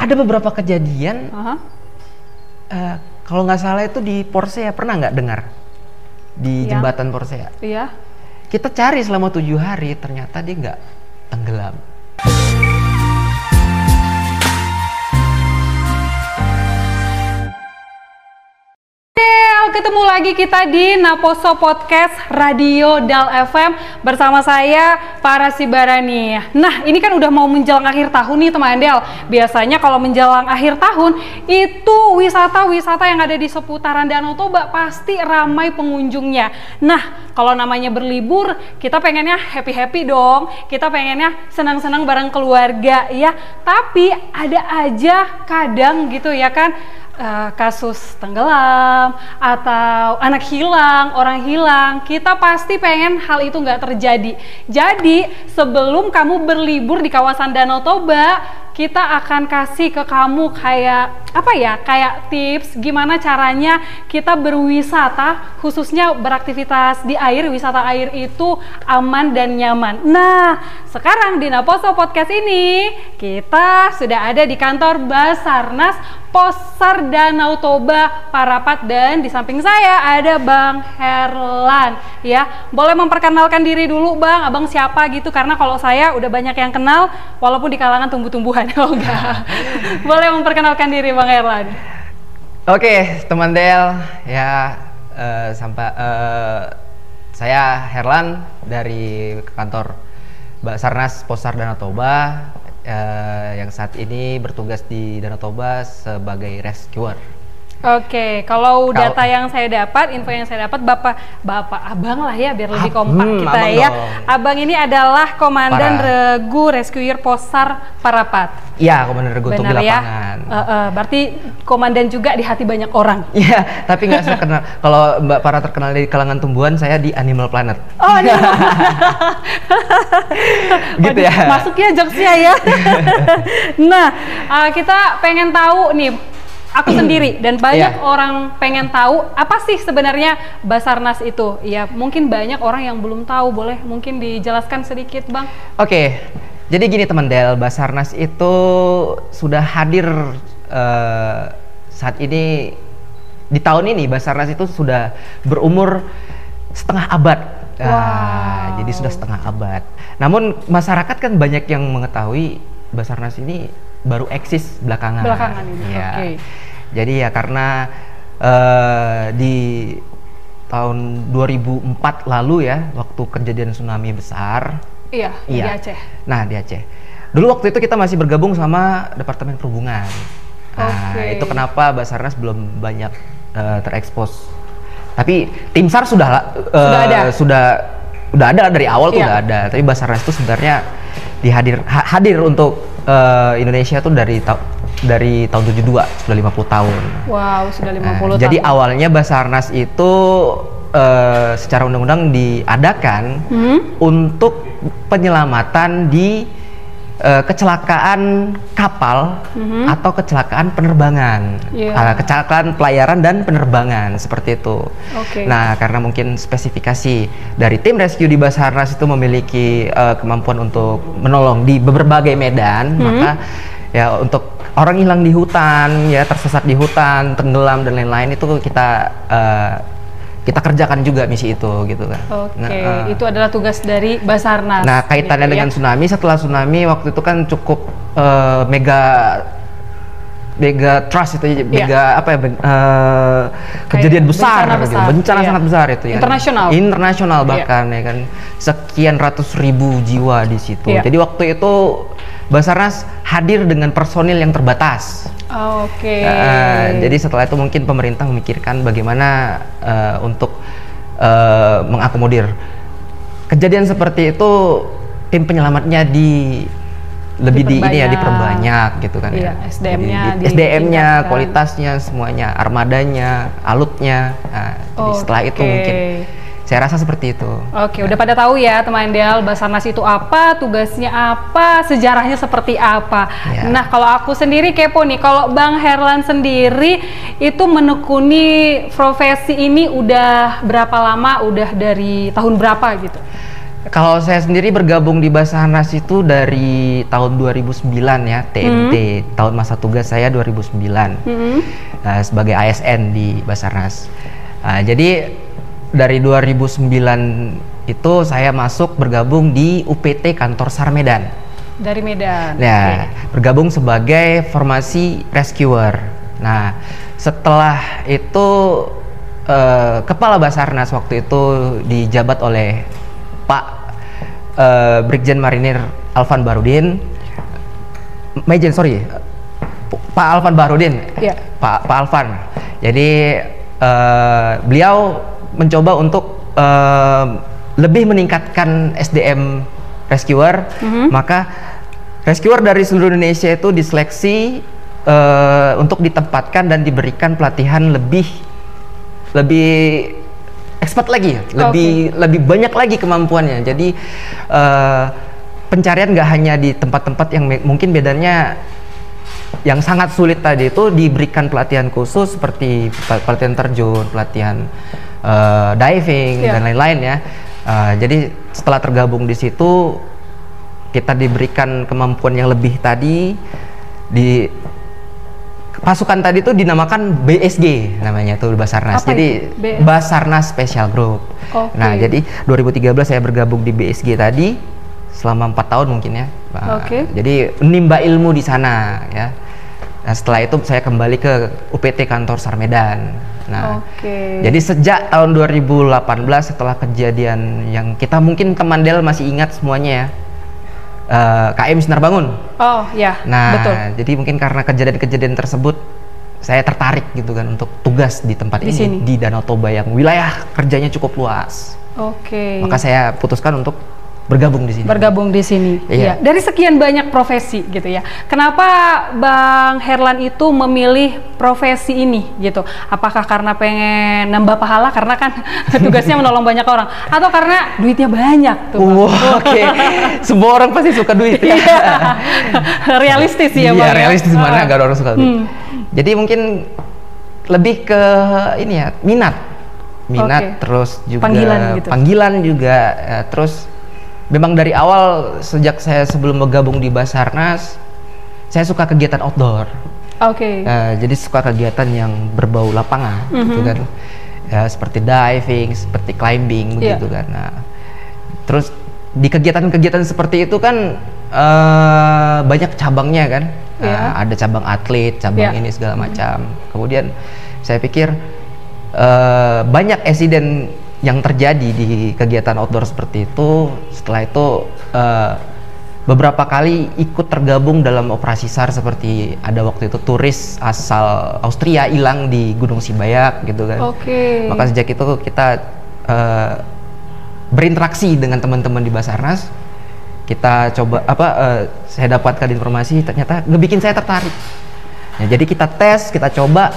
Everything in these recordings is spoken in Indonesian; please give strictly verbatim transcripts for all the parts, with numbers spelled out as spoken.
ada beberapa kejadian. Uh-huh. Uh, kalau nggak salah itu di Porsea, pernah nggak dengar? Di Yang? jembatan Porsea. Iya. Kita cari selama tujuh hari, ternyata dia nggak tenggelam. Ketemu lagi kita di Naposo Podcast Radio Dal F M bersama saya Farah Sibarani. Nah, ini kan udah mau menjelang akhir tahun nih teman Del. Biasanya kalau menjelang akhir tahun itu wisata-wisata yang ada di seputaran Danau Toba pasti ramai pengunjungnya. Nah, kalau namanya berlibur, kita pengennya happy-happy dong. Kita pengennya senang-senang bareng keluarga ya. Tapi ada aja kadang gitu ya kan, Uh, kasus tenggelam atau anak hilang, orang hilang, kita pasti pengen hal itu nggak terjadi. Jadi sebelum kamu berlibur di kawasan Danau Toba, kita akan kasih ke kamu kayak apa ya, kayak tips gimana caranya kita berwisata, khususnya beraktivitas di air, wisata air itu aman dan nyaman. Nah, sekarang di Naposo Podcast ini kita sudah ada di kantor Basarnas Posar Danau Toba Parapat, dan di samping saya ada Bang Herlan ya. Boleh memperkenalkan diri dulu Bang, Abang siapa gitu, karena kalau saya udah banyak yang kenal walaupun di kalangan tumbuh-tumbuhan. Oh enggak. Boleh memperkenalkan diri Bang Herlan. Oke, teman Del ya, uh, sampai uh, saya Herlan dari kantor Basarnas Posar Danau Toba. Uh, yang saat ini bertugas di Danau Toba sebagai rescuer. Oke, kalau data yang saya dapat, info yang saya dapat, bapak, bapak, abang lah ya, biar lebih kompak hmm, kita abang ya. Dong. Abang ini adalah Komandan Para. Regu Rescuer Posar Parapat. Iya, Komandan Regu untuk di lapangan. Ya? Uh, uh, berarti komandan juga di hati banyak orang. Iya, tapi nggak terkenal. Kalau Mbak Para terkenal di kalangan tumbuhan, saya di Animal Planet. Oh, Animal gitu ya. Masuknya jokesnya ya. Nah, uh, kita pengen tahu nih. Aku sendiri dan banyak yeah. orang pengen tahu apa sih sebenarnya Basarnas itu. Ya, mungkin banyak orang yang belum tahu. Boleh mungkin dijelaskan sedikit, Bang? Oke. Okay. Jadi gini teman Del, Basarnas itu sudah hadir uh, saat ini, di tahun ini Basarnas itu sudah berumur setengah abad. Wow. Nah, jadi sudah setengah abad. Namun masyarakat kan banyak yang mengetahui Basarnas ini baru eksis belakangan. Belakangan ini. Ya. Oke. Okay. Jadi ya karena uh, di tahun dua ribu empat lalu ya, waktu kejadian tsunami besar. Iya, iya. Di Aceh. Nah, di Aceh. Dulu waktu itu kita masih bergabung sama Departemen Perhubungan. Nah, okay. itu kenapa Basarnas belum banyak uh, terekspos. Tapi tim SAR sudah uh, sudah ada. Sudah udah ada dari awal tuh iya. udah ada. Tapi Basarnas itu sebenarnya dihadir ha, hadir untuk Uh, Indonesia tuh dari ta dari tahun tujuh puluh dua, sudah lima puluh tahun. Wow, sudah lima puluh nah, tahun. Jadi awalnya Basarnas itu uh, secara undang-undang diadakan hmm? untuk penyelamatan di uh, kecelakaan kapal hmm? atau kecelakaan penerbangan, yeah. uh, kecelakaan pelayaran dan penerbangan seperti itu. Okay. Nah, karena mungkin spesifikasi dari tim rescue di Basarnas itu memiliki uh, kemampuan untuk menolong di berbagai medan, hmm? maka ya untuk orang hilang di hutan, ya tersesat di hutan, tenggelam dan lain-lain itu kita uh, kita kerjakan juga misi itu gitu kan. Oke, okay. nah, uh, itu adalah tugas dari Basarnas. Nah, kaitannya gitu, dengan ya? tsunami, setelah tsunami waktu itu kan cukup uh, mega mega trust itu, mega yeah. apa ya, uh, kejadian besar, bencana, besar. Gitu. bencana yeah. sangat besar itu ya. Internasional. Internasional bahkan yeah. ya kan, sekian ratus ribu jiwa di situ. Yeah. Jadi waktu itu Basarnas hadir dengan personil yang terbatas. Oh, oke. Okay. Uh, jadi setelah itu mungkin pemerintah memikirkan bagaimana uh, untuk uh, mengakomodir kejadian seperti itu, tim penyelamatnya di lebih di ini ya diperbanyak gitu kan. Iya, ya. S D M-nya, S D M-nya, kualitasnya, semuanya, armadanya, alutnya. Nah, jadi okay. setelah itu mungkin saya rasa seperti itu. Oke, udah pada tahu ya teman Del, Basarnas itu apa, tugasnya apa, sejarahnya seperti apa. Ya. Nah, kalau aku sendiri kepo nih, kalau Bang Herlan sendiri itu menekuni profesi ini udah berapa lama, udah dari tahun berapa gitu? Kalau saya sendiri bergabung di Basarnas itu dari tahun dua ribu sembilan ya, T M T. Hmm. Tahun masa tugas saya dua ribu sembilan. Hmm. Uh, sebagai A S N di Basarnas. Uh, jadi dari dua ribu sembilan itu saya masuk bergabung di U P T Kantor SAR Medan. Dari Medan. Ya, okay. Bergabung sebagai formasi rescuer. Nah, setelah itu uh, Kepala Basarnas waktu itu dijabat oleh Pak uh, Brigjen Marinir Alvan Barudin, Majen sorry, Pak Alvan Barudin, yeah. Pak Pak Alvan. Jadi uh, beliau mencoba untuk uh, lebih meningkatkan S D M rescuer, mm-hmm. maka rescuer dari seluruh Indonesia itu diseleksi uh, untuk ditempatkan dan diberikan pelatihan lebih lebih expert lagi, lebih okay. lebih banyak lagi kemampuannya. Jadi uh, pencarian nggak hanya di tempat-tempat yang mungkin bedanya yang sangat sulit tadi itu diberikan pelatihan khusus seperti pelatihan terjun, pelatihan uh, diving yeah. dan lain-lain ya. Uh, jadi setelah tergabung di situ kita diberikan kemampuan yang lebih tadi di pasukan tadi itu dinamakan B S G namanya tuh Basarnas. Apa jadi Basarnas Special Group. Okay. Nah, jadi dua ribu tiga belas saya bergabung di B S G tadi selama empat tahun mungkin ya. Nah, okay. Jadi menimba ilmu di sana ya. Nah, setelah itu saya kembali ke U P T Kantor SAR Medan. Nah, okay. Jadi sejak tahun dua ribu delapan belas setelah kejadian yang kita mungkin teman Del masih ingat semuanya ya. Uh, K M Sinar Bangun. Oh ya, nah, betul. Jadi mungkin karena kejadian-kejadian tersebut saya tertarik gitu kan untuk tugas di tempat di ini sini. Di Danau Toba yang wilayah kerjanya cukup luas. Oke. Okay. Maka saya putuskan untuk bergabung di sini. Bergabung di sini. Iya. Ya. Dari sekian banyak profesi gitu ya. Kenapa Bang Herlan itu memilih profesi ini gitu? Apakah karena pengen nambah pahala karena kan tugasnya menolong banyak orang, atau karena duitnya banyak tuh? Wow, oke. Okay. Semua orang pasti suka duit ya. Realistis ya, Bang. Iya, realistis mana gak ada orang suka duit. Hmm. Jadi mungkin lebih ke ini ya, minat. Minat okay. Terus juga panggilan gitu. Panggilan juga ya, terus memang dari awal sejak saya sebelum bergabung di Basarnas, saya suka kegiatan outdoor. Oke. Okay. Uh, jadi suka kegiatan yang berbau lapangan, mm-hmm. gitu kan, ya, seperti diving, seperti climbing, yeah. gitu kan. Nah, terus di kegiatan-kegiatan seperti itu kan uh, banyak cabangnya kan. Yeah. Nah, ada cabang atlet, cabang yeah. ini segala macam. Mm-hmm. Kemudian saya pikir uh, banyak insiden yang terjadi di kegiatan outdoor seperti itu. Setelah itu uh, beberapa kali ikut tergabung dalam operasi SAR, seperti ada waktu itu turis asal Austria hilang di Gunung Sibayak gitu kan. Oke. Okay. Maka sejak itu kita uh, berinteraksi dengan teman-teman di Basarnas. Kita coba apa uh, saya dapatkan informasi ternyata ngebikin saya tertarik. Ya, jadi kita tes, kita coba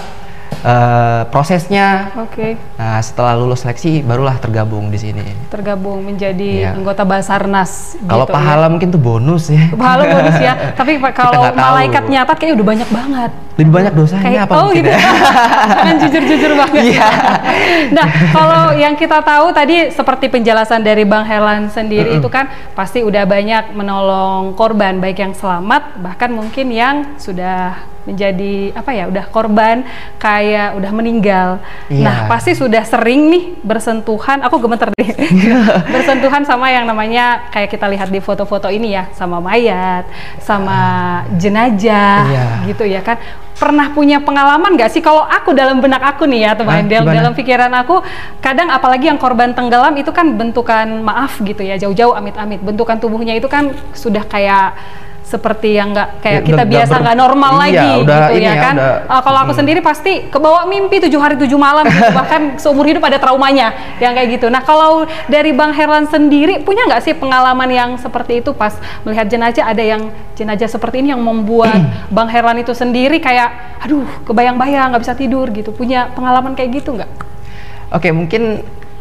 Uh, prosesnya. Oke. Okay. Nah, setelah lulus seleksi barulah tergabung di sini. Tergabung menjadi yeah. anggota Basarnas. Kalau gitu, pahala ya. Mungkin tuh bonus ya. Pahala bonus ya. Tapi kalau malaikat nyatat kayaknya udah banyak banget. Lebih banyak dosanya kayak, apa oh gitu. Jangan jujur-jujur banget. Yeah. Nah, kalau yang kita tahu tadi seperti penjelasan dari Bang Herlan sendiri, mm-hmm. itu kan pasti udah banyak menolong korban, baik yang selamat bahkan mungkin yang sudah menjadi apa ya, udah korban kayak udah meninggal. Yeah. Nah, pasti sudah sering nih bersentuhan, aku gemeter deh. Bersentuhan sama yang namanya kayak kita lihat di foto-foto ini ya, sama mayat, sama jenazah, yeah. gitu ya kan. Pernah punya pengalaman nggak sih? Kalau aku dalam benak aku nih ya teman, ah, dalam, dalam pikiran aku kadang apalagi yang korban tenggelam itu kan bentukan, maaf gitu ya, jauh-jauh amit-amit, bentukan tubuhnya itu kan sudah kayak seperti yang nggak kayak ya, kita udah, biasa nggak normal iya, lagi udah, gitu ya, ya kan. Udah, uh, kalau aku hmm. sendiri pasti kebawa mimpi tujuh hari tujuh malam gitu, bahkan seumur hidup ada traumanya yang kayak gitu. Nah, kalau dari Bang Herlan sendiri punya nggak sih pengalaman yang seperti itu pas melihat jenazah, ada yang jenazah seperti ini yang membuat Bang Herlan itu sendiri kayak aduh kebayang-bayang nggak bisa tidur gitu, punya pengalaman kayak gitu nggak? Oke, mungkin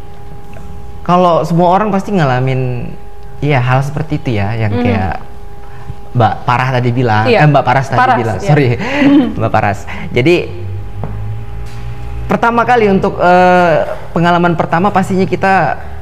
kalau semua orang pasti ngalamin ya hal seperti itu ya, yang hmm. kayak Mbak Parah tadi bilang, iya. eh, Mbak Paras tadi Paras, bilang, iya. sorry, Mbak Paras. Jadi pertama kali untuk uh, pengalaman pertama pastinya kita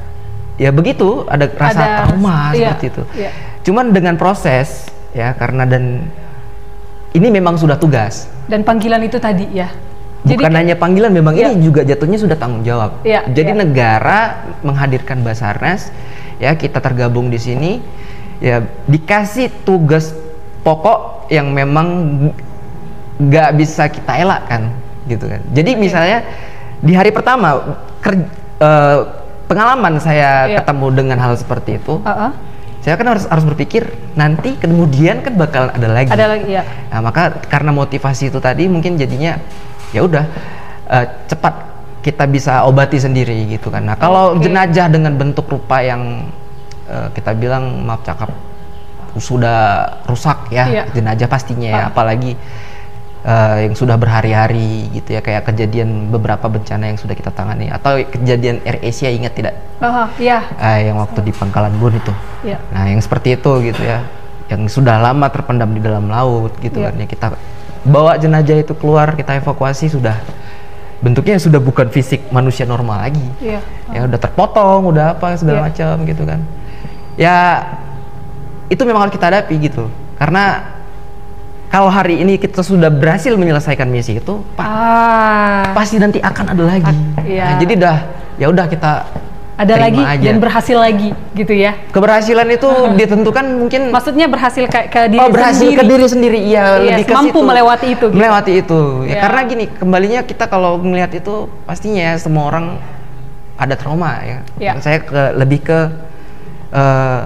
ya begitu, ada rasa Ada, trauma iya, seperti itu. iya. Cuman dengan proses ya, karena dan ini memang sudah tugas. Dan panggilan itu tadi ya. Bukan Jadi, hanya panggilan, memang iya. ini juga jatuhnya sudah tanggung jawab. Iya, Jadi iya. negara menghadirkan Basarnas, ya kita tergabung di sini, ya dikasih tugas pokok yang memang nggak bisa kita elakkan, gitu kan. Jadi misalnya di hari pertama ker, uh, pengalaman saya Iya. ketemu dengan hal seperti itu, Uh-uh. saya kan harus harus berpikir nanti kemudian kan bakalan ada lagi. Ada lagi ya. Nah, maka karena motivasi itu tadi mungkin jadinya ya udah uh, cepat kita bisa obati sendiri gitu kan. Nah, kalau Oke. jenazah dengan bentuk rupa yang uh, kita bilang maaf cakap sudah rusak ya, Iya. jenazah pastinya ya, Ah. apalagi uh, yang sudah berhari-hari gitu ya, kayak kejadian beberapa bencana yang sudah kita tangani atau kejadian Air Asia, ingat tidak? Uh-huh. Ya. Uh, yang waktu di Pangkalan Bun itu. Ya. Nah, yang seperti itu gitu ya, yang sudah lama terpendam di dalam laut gitu Iya. kan ya, kita bawa jenazah itu keluar, kita evakuasi, sudah bentuknya sudah bukan fisik manusia normal lagi. Iya. Ya udah terpotong, udah apa segala Iya. macam gitu kan. Ya itu memang harus kita hadapi gitu. Karena kalau hari ini kita sudah berhasil menyelesaikan misi itu, pa- Ah. pasti nanti akan ada lagi. Ah, iya. Nah, jadi dah ya udah kita Ada terima lagi aja. dan berhasil lagi gitu ya. Keberhasilan itu ditentukan mungkin Maksudnya berhasil ke, ke diri oh berhasil sendiri. ke diri sendiri, iya, Iya, lebih ke mampu situ. melewati itu gitu. Melewati itu. Ya, Iya. karena gini, kembalinya kita kalau melihat itu pastinya ya semua orang ada trauma ya. Iya. Saya ke, lebih ke eh,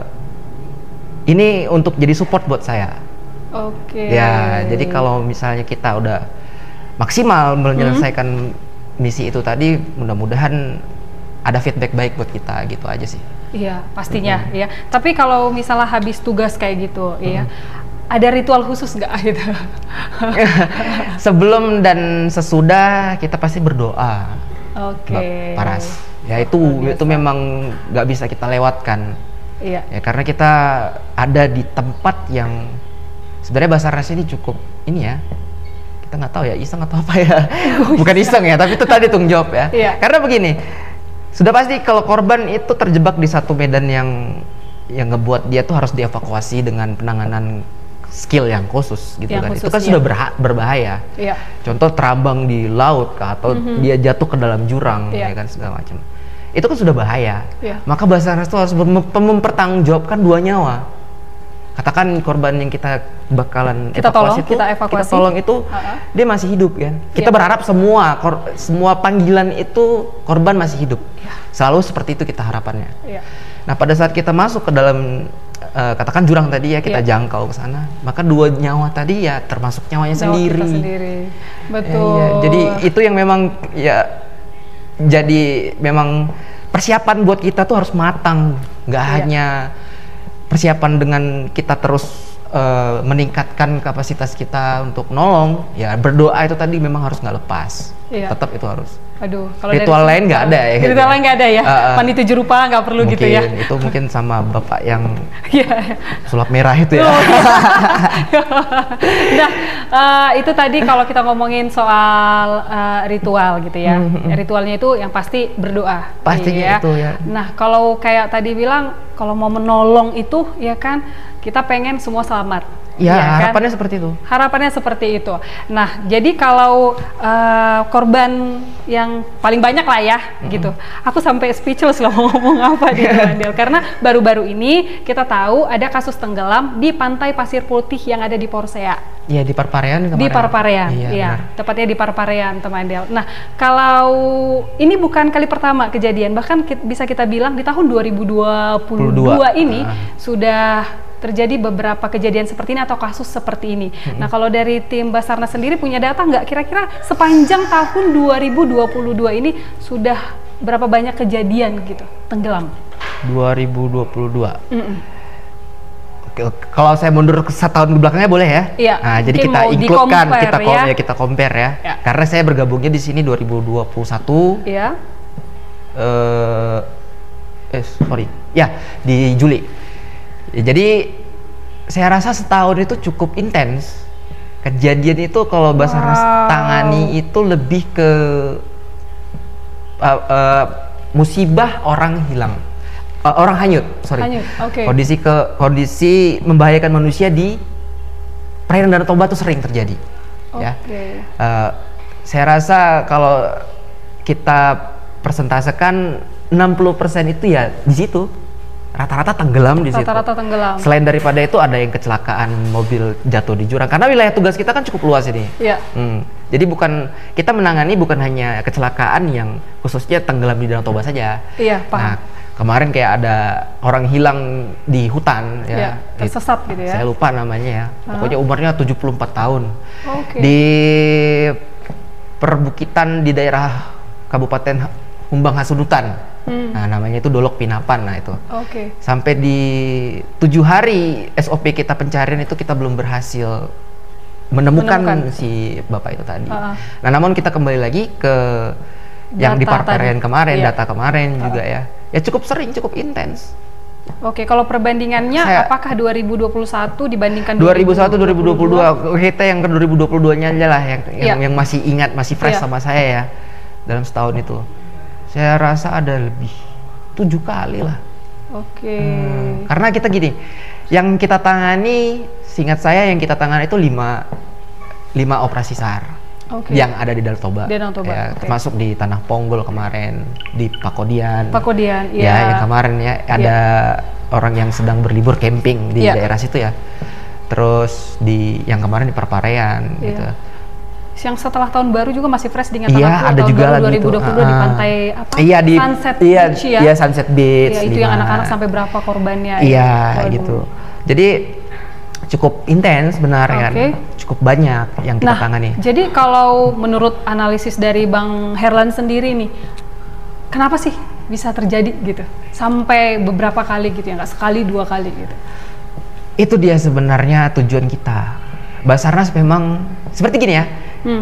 ini untuk jadi support buat saya. Oke. Ya, jadi kalau misalnya kita udah maksimal menyelesaikan Hmm. misi itu tadi, mudah-mudahan ada feedback baik buat kita, gitu aja sih. Iya, pastinya ya. Tapi kalau misalnya habis tugas kayak gitu, ya. Ada ritual khusus nggak gitu? Sebelum dan sesudah kita pasti berdoa. Oke. Mbak Paras. Ya itu Luar biasa. itu memang nggak bisa kita lewatkan. Iya. Ya karena kita ada di tempat yang sebenarnya Basarnas ini cukup ini ya. Kita nggak tahu ya iseng atau apa ya. Bukan iseng ya, tapi itu tadi tanggung jawab ya. Iya. Karena begini, sudah pasti kalau korban itu terjebak di satu medan yang yang ngebuat dia tuh harus dievakuasi dengan penanganan skill yang khusus gitu Yang kan. khusus, Itu kan iya. sudah berha- berbahaya. Iya. Contoh terambang di laut kah, atau Mhm. dia jatuh ke dalam jurang, Iya. ya kan segala macam. Itu kan sudah bahaya. Iya. Maka Basarnas itu harus mem- mempertanggungjawabkan dua nyawa. Katakan korban yang kita bakalan Kita evakuasi tolong, itu, kita evakuasi. tolong itu Uh-uh. dia masih hidup kan. Kita Iya. berharap semua kor- semua panggilan itu korban masih hidup. Selalu seperti itu kita harapannya. Iya. Nah, pada saat kita masuk ke dalam eh, katakan jurang tadi ya, kita Iya. jangkau ke sana, maka dua nyawa tadi ya termasuk nyawanya Nyawa sendiri. kita sendiri. Ya, Betul. iya. Jadi itu yang memang ya jadi memang persiapan buat kita tuh harus matang, nggak Iya. hanya persiapan dengan kita terus eh, meningkatkan kapasitas kita untuk nolong, ya berdoa itu tadi memang harus nggak lepas, Iya. tetap itu harus. Aduh, kalau Ritual dari- lain nggak ada ya, Ritual gitu. lain nggak ada ya. Uh, uh. Mandi tujuh rupa nggak perlu Mungkin gitu ya. itu mungkin sama bapak yang Iya. sulap merah itu ya. Oh. Nah, eh, itu tadi kalau kita ngomongin soal eh, ritual gitu ya. Ritualnya itu yang pasti berdoa. Pastinya iya. itu ya. Nah, kalau kayak tadi bilang kalau mau menolong itu ya kan kita pengen semua selamat. Ya, Iya kan? harapannya seperti itu. Harapannya seperti itu. Nah, jadi kalau eh, korban yang paling banyak lah ya, gitu. Aku sampai speechless loh mau ngomong apa di Mandel. Karena baru-baru ini kita tahu ada kasus tenggelam di Pantai Pasir Putih yang ada di Porsea. Iya, di Parparean kemarin. Di Parparean, Iya, iya, benar. tepatnya di Parparean, teman Del. Nah, kalau ini bukan kali pertama kejadian, bahkan ki- bisa kita bilang di tahun dua ribu dua puluh dua ini Ah. sudah terjadi beberapa kejadian seperti ini atau kasus seperti ini. Nah, kalau dari tim Basarnas sendiri punya data nggak kira-kira sepanjang tahun dua ribu dua puluh dua ini sudah berapa banyak kejadian gitu tenggelam? dua ribu dua puluh dua. Mm-mm. Oke, kalau saya mundur ke satu tahun ke belakangnya boleh ya? Iya, Nah, jadi mungkin kita mau include-kan, di-compare kita kom- ya. ya kita compare ya. Ya. Karena saya bergabungnya di sini dua ribu dua puluh satu. Ya, eh eh sorry. Ya, di Juli. Ya, jadi saya rasa setahun itu cukup intens. Kejadian itu kalau Basarnas Wow. tangani itu lebih ke uh, uh, musibah orang hilang. uh, orang hanyut, sorry. Hanyut, oke. Okay. Kondisi ke kondisi membahayakan manusia di perairan Danau Toba itu sering terjadi. Oke. Okay. Ya. Uh, saya rasa kalau kita persentasekan enam puluh persen itu ya di situ. Rata-rata tenggelam di situ. Rata-rata tenggelam. Selain daripada itu ada yang kecelakaan mobil jatuh di jurang. Karena wilayah tugas kita kan cukup luas ini. Iya. Hmm. Jadi bukan kita menangani bukan hanya kecelakaan yang khususnya tenggelam di Danau Toba saja. Iya, paham. Nah, kemarin kayak ada orang hilang di hutan ya. Iya, tersesat gitu ya. Saya lupa namanya ya. Uh-huh. Pokoknya umurnya tujuh puluh empat tahun. Oke. Okay. Di perbukitan di daerah Kabupaten Humbang Hasudutan. Hmm. Nah, namanya itu Dolok Pinapan. Nah, itu. Oke. Okay. Sampai di tujuh hari S O P kita pencarian itu kita belum berhasil menemukan, menemukan. si bapak itu tadi. Uh-uh. Nah, namun kita kembali lagi ke data yang di parperian kemarin, iya. data kemarin uh-uh. juga ya. Ya cukup sering, cukup intens. Oke, kalau perbandingannya Saya, apakah dua ribu dua puluh satu dibandingkan dua ribu satu dua ribu dua puluh dua? Kita yang ke dua ribu dua puluh dua-nya aja lah yang yeah. yang, yang masih ingat, masih fresh yeah. sama saya ya dalam setahun itu. Saya rasa ada lebih tujuh kali lah. Oke. Okay. Hmm, karena kita gini, yang kita tangani, seingat saya yang kita tangani itu lima, lima operasi SAR okay. yang ada di Danau Toba. Danau Toba. Ya, okay. Termasuk di Tanah Ponggol kemarin, di Pakodian. Pakodian, ya. Ya, yang kemarin ya ada ya. orang yang sedang berlibur camping di ya. daerah situ ya. Terus di yang kemarin di Parparean ya. gitu. Yang setelah tahun baru juga masih fresh dengan iya, ada tahun juga baru lagi dua ribu dua puluh dua uh, di pantai apa? Iya di Sunset iya, Beach ya. Iya Sunset Beach. Iya, itu yang anak-anak sampai berapa korbannya? Iya ya. gitu. Jadi cukup intens benar okay. kan. Cukup banyak yang kita nah, tangani. Jadi kalau menurut analisis dari Bang Herlan sendiri nih, kenapa sih bisa terjadi gitu? Sampai beberapa kali gitu ya, nggak sekali dua kali gitu. Itu dia sebenarnya tujuan kita. Basarnas memang seperti gini ya. Hmm.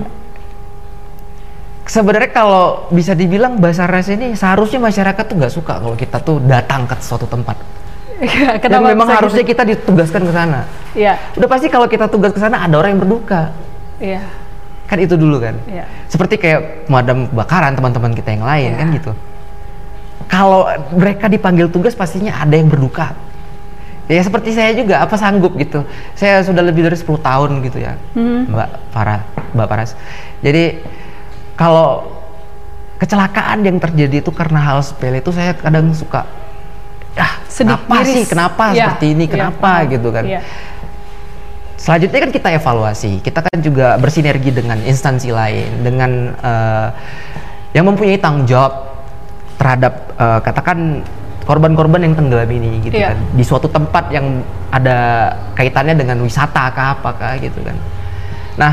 Sebenarnya kalau bisa dibilang Basarnas ini seharusnya masyarakat tuh nggak suka kalau kita tuh datang ke suatu tempat. Ya, dan memang harusnya gitu? Kita ditugaskan ke sana. Ya. Udah pasti kalau kita tugas ke sana ada orang yang berduka. Iya. Kan itu dulu kan. Ya. Seperti kayak pemadam kebakaran teman-teman kita yang lain ya. kan gitu. Kalau mereka dipanggil tugas pastinya ada yang berduka. Ya seperti saya juga, apa sanggup gitu. Saya sudah lebih dari sepuluh tahun gitu ya, hmm. Mbak Farah, Mbak Paras. Jadi kalau kecelakaan yang terjadi itu karena hal sepele itu saya kadang suka, ah sedih kenapa miris. sih, kenapa ya. seperti ini, kenapa ya. gitu kan. Ya. Selanjutnya kan kita evaluasi, kita kan juga bersinergi dengan instansi lain, dengan uh, yang mempunyai tanggung jawab terhadap uh, katakan korban-korban yang tenggelam ini gitu yeah. kan di suatu tempat yang ada kaitannya dengan wisata kah apakah gitu kan. Nah,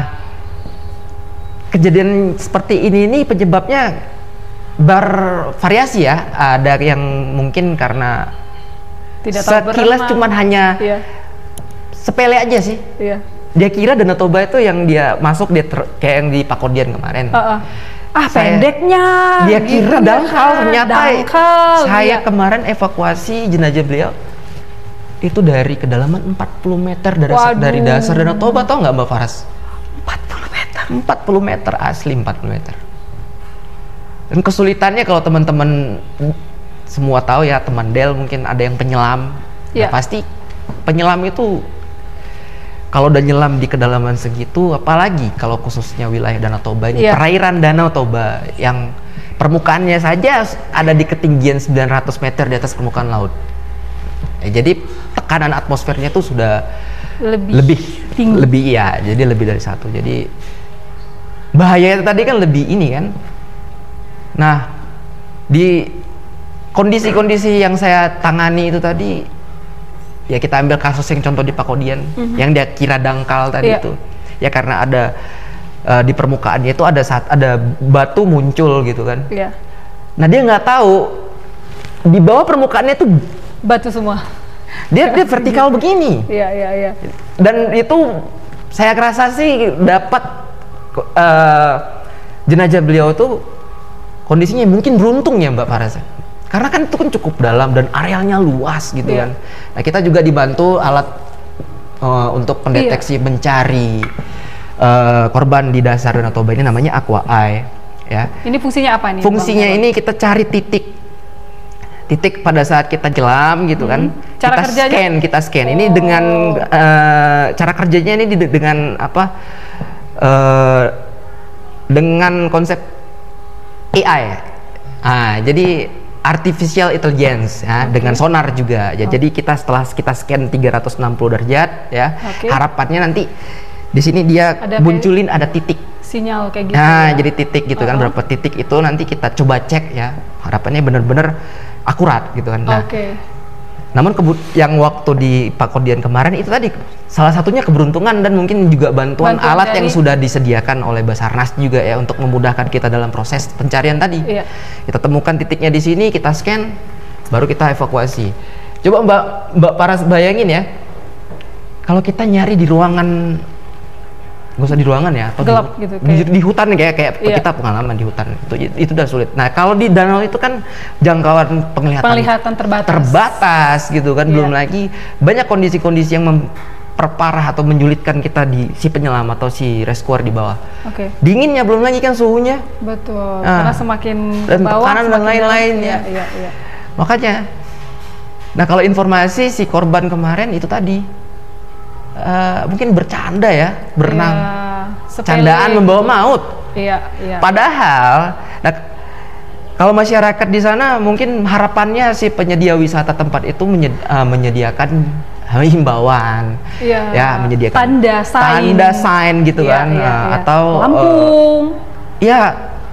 kejadian seperti ini ini penyebabnya bervariasi ya. Ada yang mungkin karena tidak sekilas cuman hanya yeah. sepele aja sih. Yeah. Dia kira Danau Toba itu yang dia masuk dia ter, kayak yang di Pakodian kemarin. Uh -uh. Ah saya, pendeknya dia gitu kira dangkal ternyata dangkal, saya ya. kemarin evakuasi jenazah beliau itu dari kedalaman empat puluh meter dari, dari dasar Danau Toba. Tau nggak Mbak Faras? empat puluh meter empat puluh meter asli empat puluh meter. Dan kesulitannya kalau teman-teman semua tahu ya, teman Del mungkin ada yang penyelam ya. Nah, pasti penyelam itu kalau udah nyelam di kedalaman segitu, apalagi kalau khususnya wilayah Danau Toba ini, yeah. perairan Danau Toba yang permukaannya saja ada di ketinggian sembilan ratus meter di atas permukaan laut. Ya, jadi tekanan atmosfernya tuh sudah lebih lebih, tinggi. lebih ya, jadi lebih dari satu. Jadi bahayanya tadi kan lebih ini kan. Nah, di kondisi-kondisi yang saya tangani itu tadi, ya kita ambil kasus yang contoh di Pakodian mm-hmm. yang dia kira dangkal tadi yeah. itu ya karena ada uh, di permukaannya itu ada saat ada batu muncul gitu kan yeah. Nah dia nggak tahu di bawah permukaannya itu batu semua, dia dia vertikal begini yeah, yeah, yeah. Dan itu saya rasa sih dapat uh, jenazah beliau tuh kondisinya mungkin beruntung ya Mbak Farasa. Karena kan itu kan cukup dalam dan arealnya luas gitu yeah. kan. Nah kita juga dibantu alat uh, untuk pendeteksi yeah. mencari uh, korban di dasar Danau Toba ini namanya Aqua Eye. Ya. Ini fungsinya apa nih? Fungsinya ini kita cari titik titik pada saat kita jelam gitu kan, Hmm. Cara kita kerjanya? scan, kita scan. Ini Oh. dengan uh, cara kerjanya ini di- dengan apa? Uh, dengan konsep A I. Ah, jadi artificial intelligence ya, Oke. dengan sonar juga. Ya, Oh. jadi kita setelah kita scan tiga ratus enam puluh derajat ya, Oke. harapannya nanti di sini dia Ada munculin ada titik. Sinyal kayak gitu. Nah, ya? jadi titik gitu kan, Uh-uh. berapa titik itu nanti kita coba cek ya. Harapannya benar-benar akurat gitu kan. Nah, Oke. namun kebu- yang waktu di Pakodian kemarin itu tadi salah satunya keberuntungan dan mungkin juga bantuan, Bantuan alat yang dari- sudah disediakan oleh Basarnas juga ya untuk memudahkan kita dalam proses pencarian tadi. Iya. Kita temukan titiknya di sini, kita scan, baru kita evakuasi. Coba Mbak Mbak Paras bayangin ya, kalau kita nyari di ruangan, nggak usah di ruangan ya, atau Gelap di, gitu, di, kayak- di hutan kayak kayak Iya. kita pengalaman di hutan itu itu udah sulit. Nah kalau di danau itu kan jangkauan penglihatan Penglihatan terbatas. terbatas gitu kan, Iya. belum lagi banyak kondisi-kondisi yang memperparah atau menyulitkan kita di si penyelam atau si rescuer di bawah. Oke. Dinginnya belum lagi kan suhunya, Betul. Ah. Karena semakin ke Dan bawah tekanan dan semakin lain-lain dalam. ya. Iya, iya, iya. makanya. Nah kalau informasi si korban kemarin itu tadi eh, mungkin bercanda ya, berenang. Iya, sepele Candaan membawa gitu. maut. Iya, iya. Padahal, nah, kalau masyarakat di sana mungkin harapannya si penyedia wisata tempat itu menyed- uh, menyediakan himbauan, Iya. ya menyediakan Tanda, sign. tanda sign gitu Iya, kan, iya, uh, iya. atau uh, Lampung. ya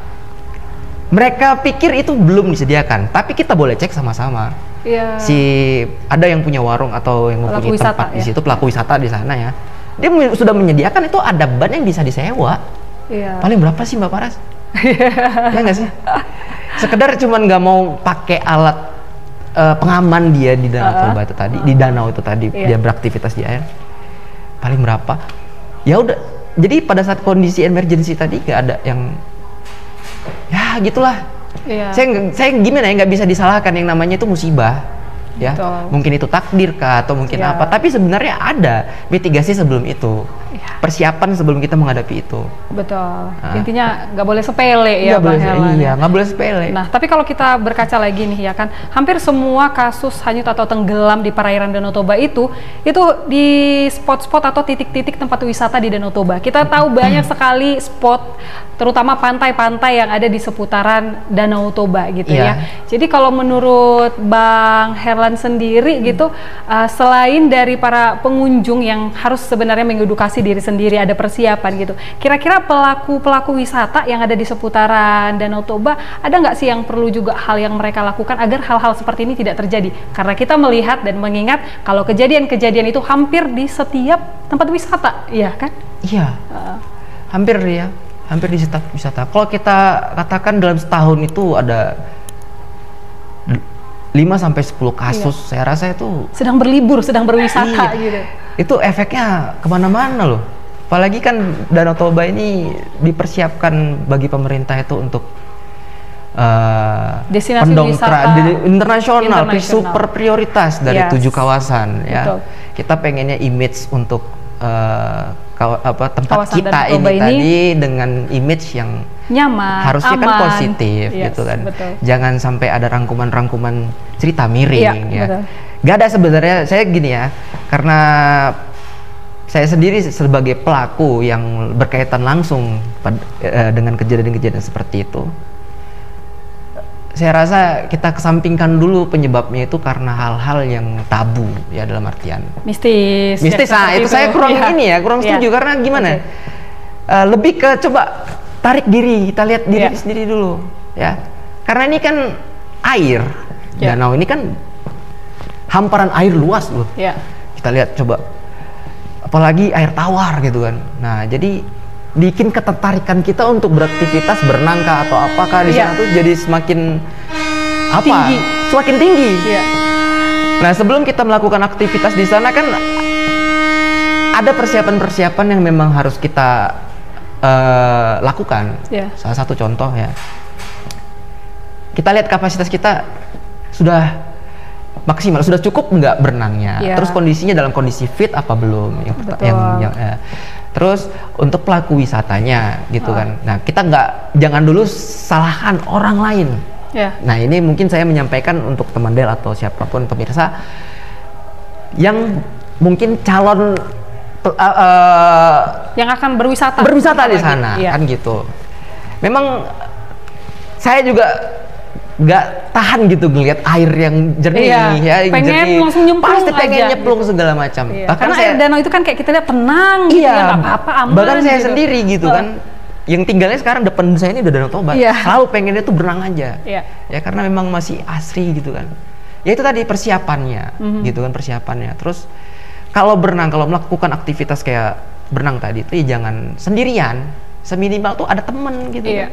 mereka pikir itu belum disediakan, tapi kita boleh cek sama-sama. Iya. Si ada yang punya warung atau yang Pelaku mempunyai wisata, tempat di ya. situ, pelaku wisata di sana ya, dia me- sudah menyediakan itu ada ban yang bisa disewa. Iya. Paling berapa sih Mbak Paras? Ya nggak sih? Sekedar cuman nggak mau pakai alat eh, pengaman dia di Danau Uh-uh. Toba itu tadi, di danau itu tadi Iya. dia beraktivitas di air. Paling berapa? Ya udah. Jadi pada saat kondisi emergency tadi nggak ada yang, ya gitulah. Iya. Saya nggak- saya gimana ya, nggak bisa disalahkan, yang namanya itu musibah. Ya, Betul. mungkin itu takdir kah atau mungkin Iya. apa? Tapi sebenarnya ada mitigasi sebelum itu, Iya. persiapan sebelum kita menghadapi itu. Betul. Ah. Intinya nggak boleh sepele ya, Nggak boleh, Bang Herlan. iya, nggak boleh sepele. Nah, tapi kalau kita berkaca lagi nih ya kan, hampir semua kasus hanyut atau tenggelam di perairan Danau Toba itu, itu di spot-spot atau titik-titik tempat wisata di Danau Toba. Kita tahu banyak sekali spot, terutama pantai-pantai yang ada di seputaran Danau Toba gitu Iya. ya. Jadi kalau menurut Bang Herlan sendiri gitu, uh, selain dari para pengunjung yang harus sebenarnya mengedukasi diri sendiri, ada persiapan gitu. Kira-kira pelaku-pelaku wisata yang ada di seputaran Danau Toba, ada nggak sih yang perlu juga hal yang mereka lakukan agar hal-hal seperti ini tidak terjadi? Karena kita melihat dan mengingat kalau kejadian-kejadian itu hampir di setiap tempat wisata, iya kan? Iya, Uh, hampir ya, hampir di setiap wisata. Kalau kita katakan dalam setahun itu ada lima sampai sepuluh kasus, saya rasa itu sedang berlibur, sedang berwisata Iya. gitu. itu efeknya kemana-mana loh. Apalagi kan Danau Toba ini dipersiapkan bagi pemerintah itu untuk uh, Destinasi pendongkrak wisata di- internasional, internasional. super prioritas dari Yes. tujuh kawasan ya. Betul. Kita pengennya image untuk uh, kawa- apa tempat Kawasan kita Danau ini, Toba ini tadi dengan image yang Nyaman, harusnya aman. kan positif Yes, gitu kan. betul. Jangan sampai ada rangkuman-rangkuman cerita miring Iya, ya. betul. Gak ada sebenarnya, saya gini ya, karena saya sendiri sebagai pelaku yang berkaitan langsung pad- eh, dengan kejadian-kejadian seperti itu. Saya rasa kita kesampingkan dulu penyebabnya itu karena hal-hal yang tabu ya, dalam artian Mistis. mistis. ya, Nah, seperti itu saya kurang Iya. ini ya, kurang Iya. setuju karena gimana? Oke. Eh, lebih ke coba tarik diri, kita lihat diri Iya. sendiri dulu ya. Karena ini kan air, Iya. danau ini kan hamparan air luas loh. Ya. Kita lihat coba, apalagi air tawar gitu kan. Nah, jadi bikin ketertarikan kita untuk beraktivitas berenang kah atau apakah di Iya. sana tuh jadi semakin apa? Tinggi. Semakin tinggi. Iya. Nah, sebelum kita melakukan aktivitas di sana kan ada persiapan-persiapan yang memang harus kita eh, lakukan. Iya. Salah satu contoh ya, kita lihat kapasitas kita sudah maksimal, sudah cukup nggak berenangnya. Iya. Terus kondisinya dalam kondisi fit apa belum? Yang, perta- Betul. yang, yang eh. Terus untuk pelaku wisatanya gitu Oh. kan. Nah, kita nggak, jangan dulu salahkan orang lain. Yeah. Nah ini mungkin saya menyampaikan untuk teman Del atau siapapun pemirsa yang mungkin calon uh, uh, yang akan berwisata berwisata di sana, yeah. kan gitu. Memang saya juga nggak tahan gitu ngeliat air yang jernih, iya, ya, yang pengen jernih. langsung nyemplung Pasti pengen aja, nyemplung gitu. segala macam. Iya. Bahkan Karena saya, air danau itu kan kayak kita lihat tenang, gitu iya, ya, nggak apa-apa, aman. Bahkan saya gitu. sendiri gitu uh. kan, yang tinggalnya sekarang depan saya ini udah Danau Toba, Iya. selalu pengennya tuh berenang aja, Iya. ya karena memang masih asri gitu kan. Ya itu tadi persiapannya, Mm-hmm. gitu kan persiapannya. Terus kalau berenang, kalau melakukan aktivitas kayak berenang tadi itu ya jangan sendirian, seminimal tuh ada temen gitu. Iya.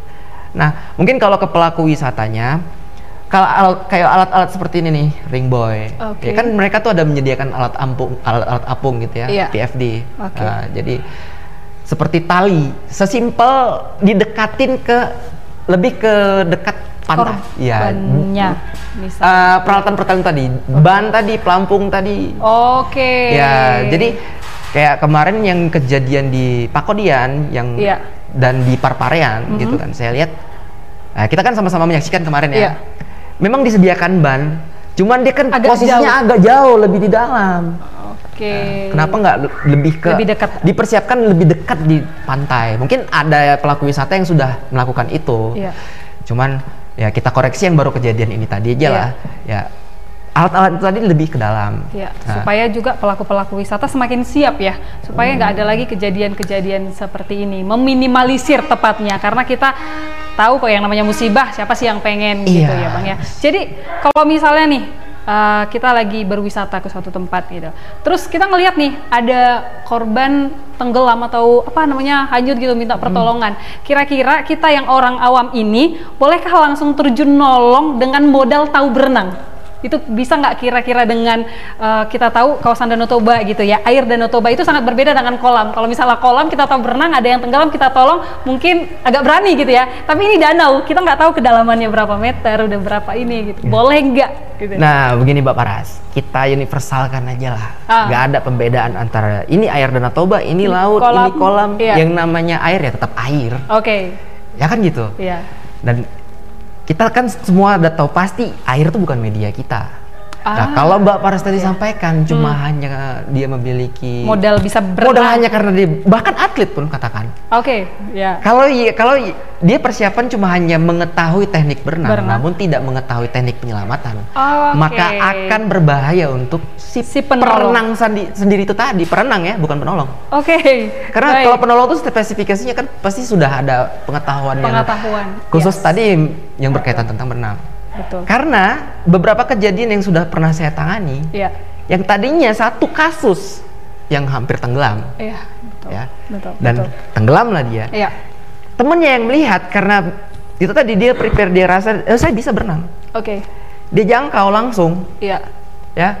Nah, mungkin kalau ke pelaku wisatanya, kalau al- kayak alat-alat seperti ini nih, ring buoy, Okay. ya kan mereka tuh ada menyediakan alat ampung, alat-alat apung gitu ya, Iya. P F D. Okay. Nah, jadi seperti tali, sesimpel didekatin ke lebih ke dekat pantai. Ya. Korbannya, misalnya. Uh, peralatan-peralatan tadi, ban tadi, pelampung tadi. Oke. Ya, jadi kayak kemarin yang kejadian di Pakodian yang Iya. dan di Parparean Mm-hmm. gitu kan. Saya lihat nah, kita kan sama-sama menyaksikan kemarin ya. Iya. Memang disediakan ban, cuman dia kan Agak posisinya jauh. agak jauh lebih di dalam. Oke. Nah, kenapa nggak le- lebih ke Lebih dekat. dipersiapkan lebih dekat di pantai? Mungkin ada pelaku wisata yang sudah melakukan itu. Iya. Cuman ya kita koreksi yang baru kejadian ini tadi aja Iya. lah. Ya alat-alat itu tadi lebih ke dalam. Ya, Nah, supaya juga pelaku-pelaku wisata semakin siap ya, supaya nggak ada lagi kejadian-kejadian seperti ini, meminimalisir tepatnya, karena kita tahu kok yang namanya musibah, siapa sih yang pengen gitu Iya. ya Bang ya. Jadi kalau misalnya nih uh, kita lagi berwisata ke suatu tempat gitu, terus kita ngelihat nih ada korban tenggelam atau apa namanya hanyut gitu, minta pertolongan. Kira-kira kita yang orang awam ini bolehkah langsung terjun nolong dengan modal tahu berenang? Itu bisa nggak kira-kira dengan uh, kita tahu kawasan Danau Toba gitu ya, air Danau Toba itu sangat berbeda dengan kolam. Kalau misalnya kolam kita tahu berenang, ada yang tenggelam kita tolong, mungkin agak berani gitu ya. Tapi ini danau, kita nggak tahu kedalamannya berapa meter, udah berapa ini gitu. Boleh nggak? Gitu. Nah, begini Mbak Paras, kita universalkan aja lah. Ah. Nggak ada pembedaan antara ini air Danau Toba, ini laut, Kolam, ini kolam. iya. Yang namanya air ya tetap air. Oke. Ya kan gitu. Iya. Dan kita kan semua udah tahu pasti air itu bukan media kita. Ah. Nah, kalau Mbak Paras tadi sampaikan cuma hanya dia memiliki Modal bisa berenang. modal hanya karena dia bahkan atlet pun katakan. Oke, ya. Kalau i- kalau i- dia persiapan cuma hanya mengetahui teknik berenang, Berenang. namun tidak mengetahui teknik penyelamatan, Oke. maka akan berbahaya untuk si, Si penolong. perenang sandi- sendiri itu tadi, perenang ya, bukan penolong. Oke. Karena baik. kalau penolong itu spesifikasinya kan pasti sudah ada pengetahuan yang Pengetahuan, khusus yes. tadi yang berkaitan tentang berenang. Betul. Karena beberapa kejadian yang sudah pernah saya tangani, Iya. yang tadinya satu kasus yang hampir tenggelam, Iya, betul. ya, Betul. dan betul. tenggelamlah dia. Iya. Temennya yang melihat karena itu tadi dia prepare, dia rasa eh, saya bisa berenang, Oke. dia jangkau langsung, Iya. ya.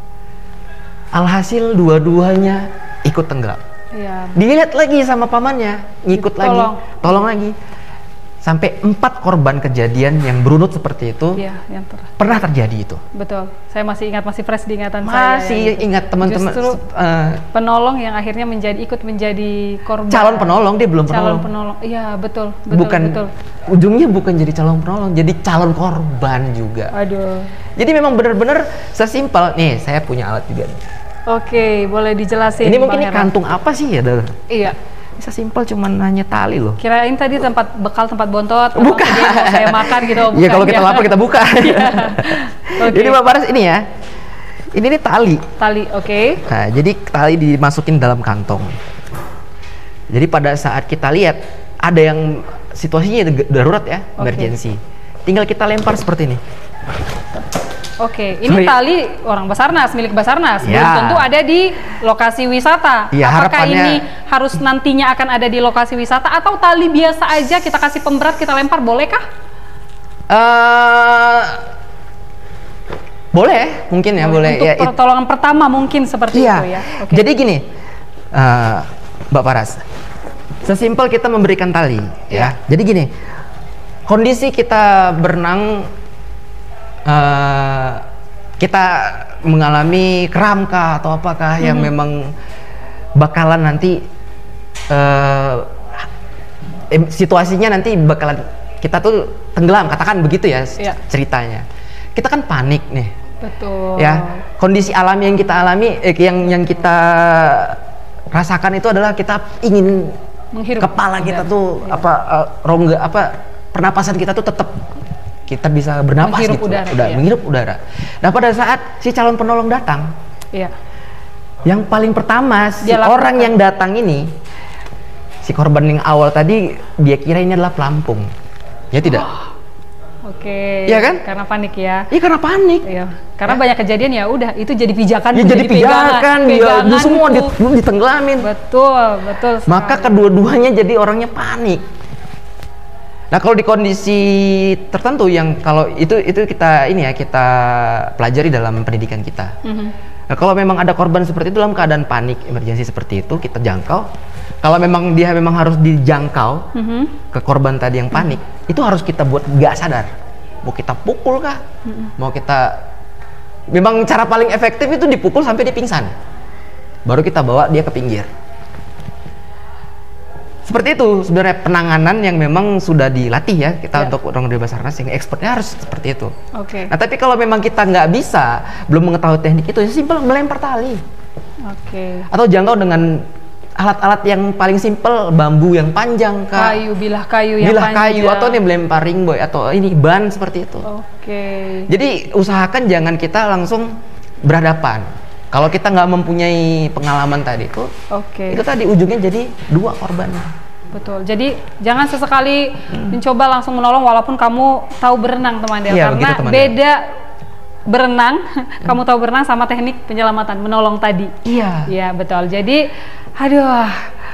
Alhasil dua-duanya ikut tenggelam. Iya. Dilihat lagi sama pamannya, ngikut lagi, Tolong. tolong lagi. Sampai empat korban kejadian yang berunut seperti itu Iya, yang ter pernah terjadi itu. betul. Saya masih ingat, masih fresh di ingatan saya. Masih ya, gitu. ingat teman-teman, Justru eh, penolong yang akhirnya menjadi ikut menjadi korban. calon penolong, dia belum Calon penolong. penolong. Iya, betul. Betul. bukan Betul. ujungnya bukan jadi calon penolong, jadi calon korban juga. Aduh. Jadi memang benar-benar sesimpel nih, saya punya alat juga nih. Oke, boleh dijelasin. Ini mungkin Bang ini Heran. kantung apa sih ya? Dal? Iya. Sesimpel cuman hanya tali loh. Kirain tadi tempat bekal, tempat bontot. atau Bukan. tadi mau saya makan gitu. Iya, kalau kita lapar kita buka. Iya. Oke. Jadi Mbak Paras ini ya, ini nih tali. Tali, oke. Nah, jadi tali dimasukin dalam kantong. Jadi pada saat kita lihat ada yang situasinya darurat ya, Oke. emergency. Tinggal kita lempar seperti ini. Oke, ini Sorry. tali orang Basarnas, milik Basarnas. Belum Ya. tentu ada di lokasi wisata. Ya, Apakah harapannya- ini harus nantinya akan ada di lokasi wisata atau tali biasa aja kita kasih pemberat kita lempar, bolehkah? Eh, boleh, mungkin ya, boleh. Untuk Ya, it- pertolongan pertama mungkin seperti iya. itu ya. Oke. Jadi gini, eh, Mbak Paras, sesimpel kita memberikan tali, ya. Jadi gini, kondisi kita berenang, eh, kita mengalami kram kah atau apakah yang Mhm. memang bakalan nanti eh, em, situasinya nanti bakalan kita tuh tenggelam, katakan begitu ya Iya. ceritanya. Kita kan panik nih. Betul. Ya, kondisi alami yang kita alami, eh, yang yang kita rasakan itu adalah kita ingin Menghirup kepala kita udara. tuh Iya. apa uh, rongga apa pernapasan kita tuh tetap kita bisa bernapas Menghirup gitu, udara, udah iya. menghirup udara. Nah pada saat si calon penolong datang, Iya. yang paling pertama si Dia lakukan. orang yang datang ini, si korban yang awal tadi dia kira ini adalah pelampung, ya tidak? Oke. Iya kan? Karena panik ya. Iya karena panik. Iya. Karena banyak kejadian ya udah itu jadi pijakan. Ya jadi pijakan, dia dia semua peganganku. dit- ditenggelamin. Betul, betul. Maka sekali. kedua-duanya jadi orangnya panik. Nah kalau di kondisi tertentu yang kalau itu itu kita ini ya kita pelajari dalam pendidikan kita. Mhm. Nah kalau memang ada korban seperti itu dalam keadaan panik, emergensi seperti itu kita jangkau. Kalau memang dia memang harus dijangkau Mhm. ke korban tadi yang panik, itu harus kita buat nggak sadar. Mau kita pukul kah? Mau kita memang cara paling efektif itu dipukul sampai dia pingsan. Baru kita bawa dia ke pinggir. Seperti itu sebenarnya penanganan yang memang sudah dilatih ya kita Ya. untuk orang dari Basarnas yang expertnya harus seperti itu. Oke. Nah tapi kalau memang kita nggak bisa, belum mengetahui teknik itu, ya simpel melempar tali Oke. atau jangkau dengan alat-alat yang paling simpel, bambu yang panjang kah, Kayu, bilah kayu yang bilah panjang. kayu atau nih melempar ring boy atau ini ban seperti itu. Oke. Jadi usahakan jangan kita langsung berhadapan. Kalau kita nggak mempunyai pengalaman tadi itu, Oke. itu tadi ujungnya jadi dua korbannya. Betul. Jadi jangan sesekali mencoba langsung menolong walaupun kamu tahu berenang, teman Del. Iya, Karena begitu, teman Del. beda berenang, kamu tahu berenang sama teknik penyelamatan menolong tadi. Iya. Iya, betul. Jadi, aduh,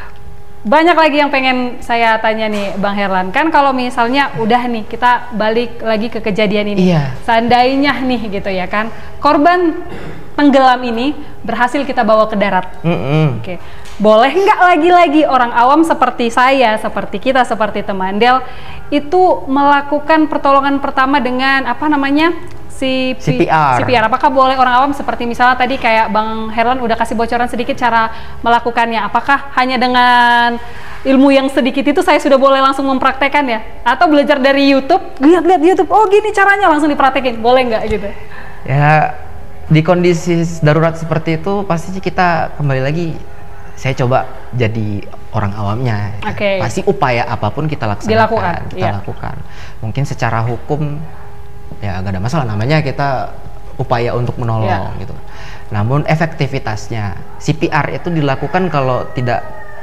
banyak lagi yang pengen saya tanya nih, Bang Herlan. Kan kalau misalnya udah nih kita balik lagi ke kejadian ini, Iya. seandainya nih gitu ya kan, korban tenggelam ini berhasil kita bawa ke darat. Mm-mm. Oke, boleh nggak lagi-lagi orang awam seperti saya, seperti kita, seperti teman Del itu melakukan pertolongan pertama dengan apa namanya C C P R. C P R. Apakah boleh orang awam seperti misalnya tadi kayak Bang Herlan udah kasih bocoran sedikit cara melakukannya? Apakah hanya dengan ilmu yang sedikit itu saya sudah boleh langsung mempraktekkan ya? Atau belajar dari YouTube, lihat-lihat YouTube, oh gini caranya langsung dipraktekin, boleh nggak gitu? Ya di kondisi darurat seperti itu pasti kita kembali lagi saya coba jadi orang awamnya. Oke. Pasti upaya apapun kita laksanakan, Dilakukan, kita iya. lakukan. Mungkin secara hukum ya gak ada masalah, namanya kita upaya untuk menolong Iya. gitu. Namun efektivitasnya C P R itu dilakukan kalau tidak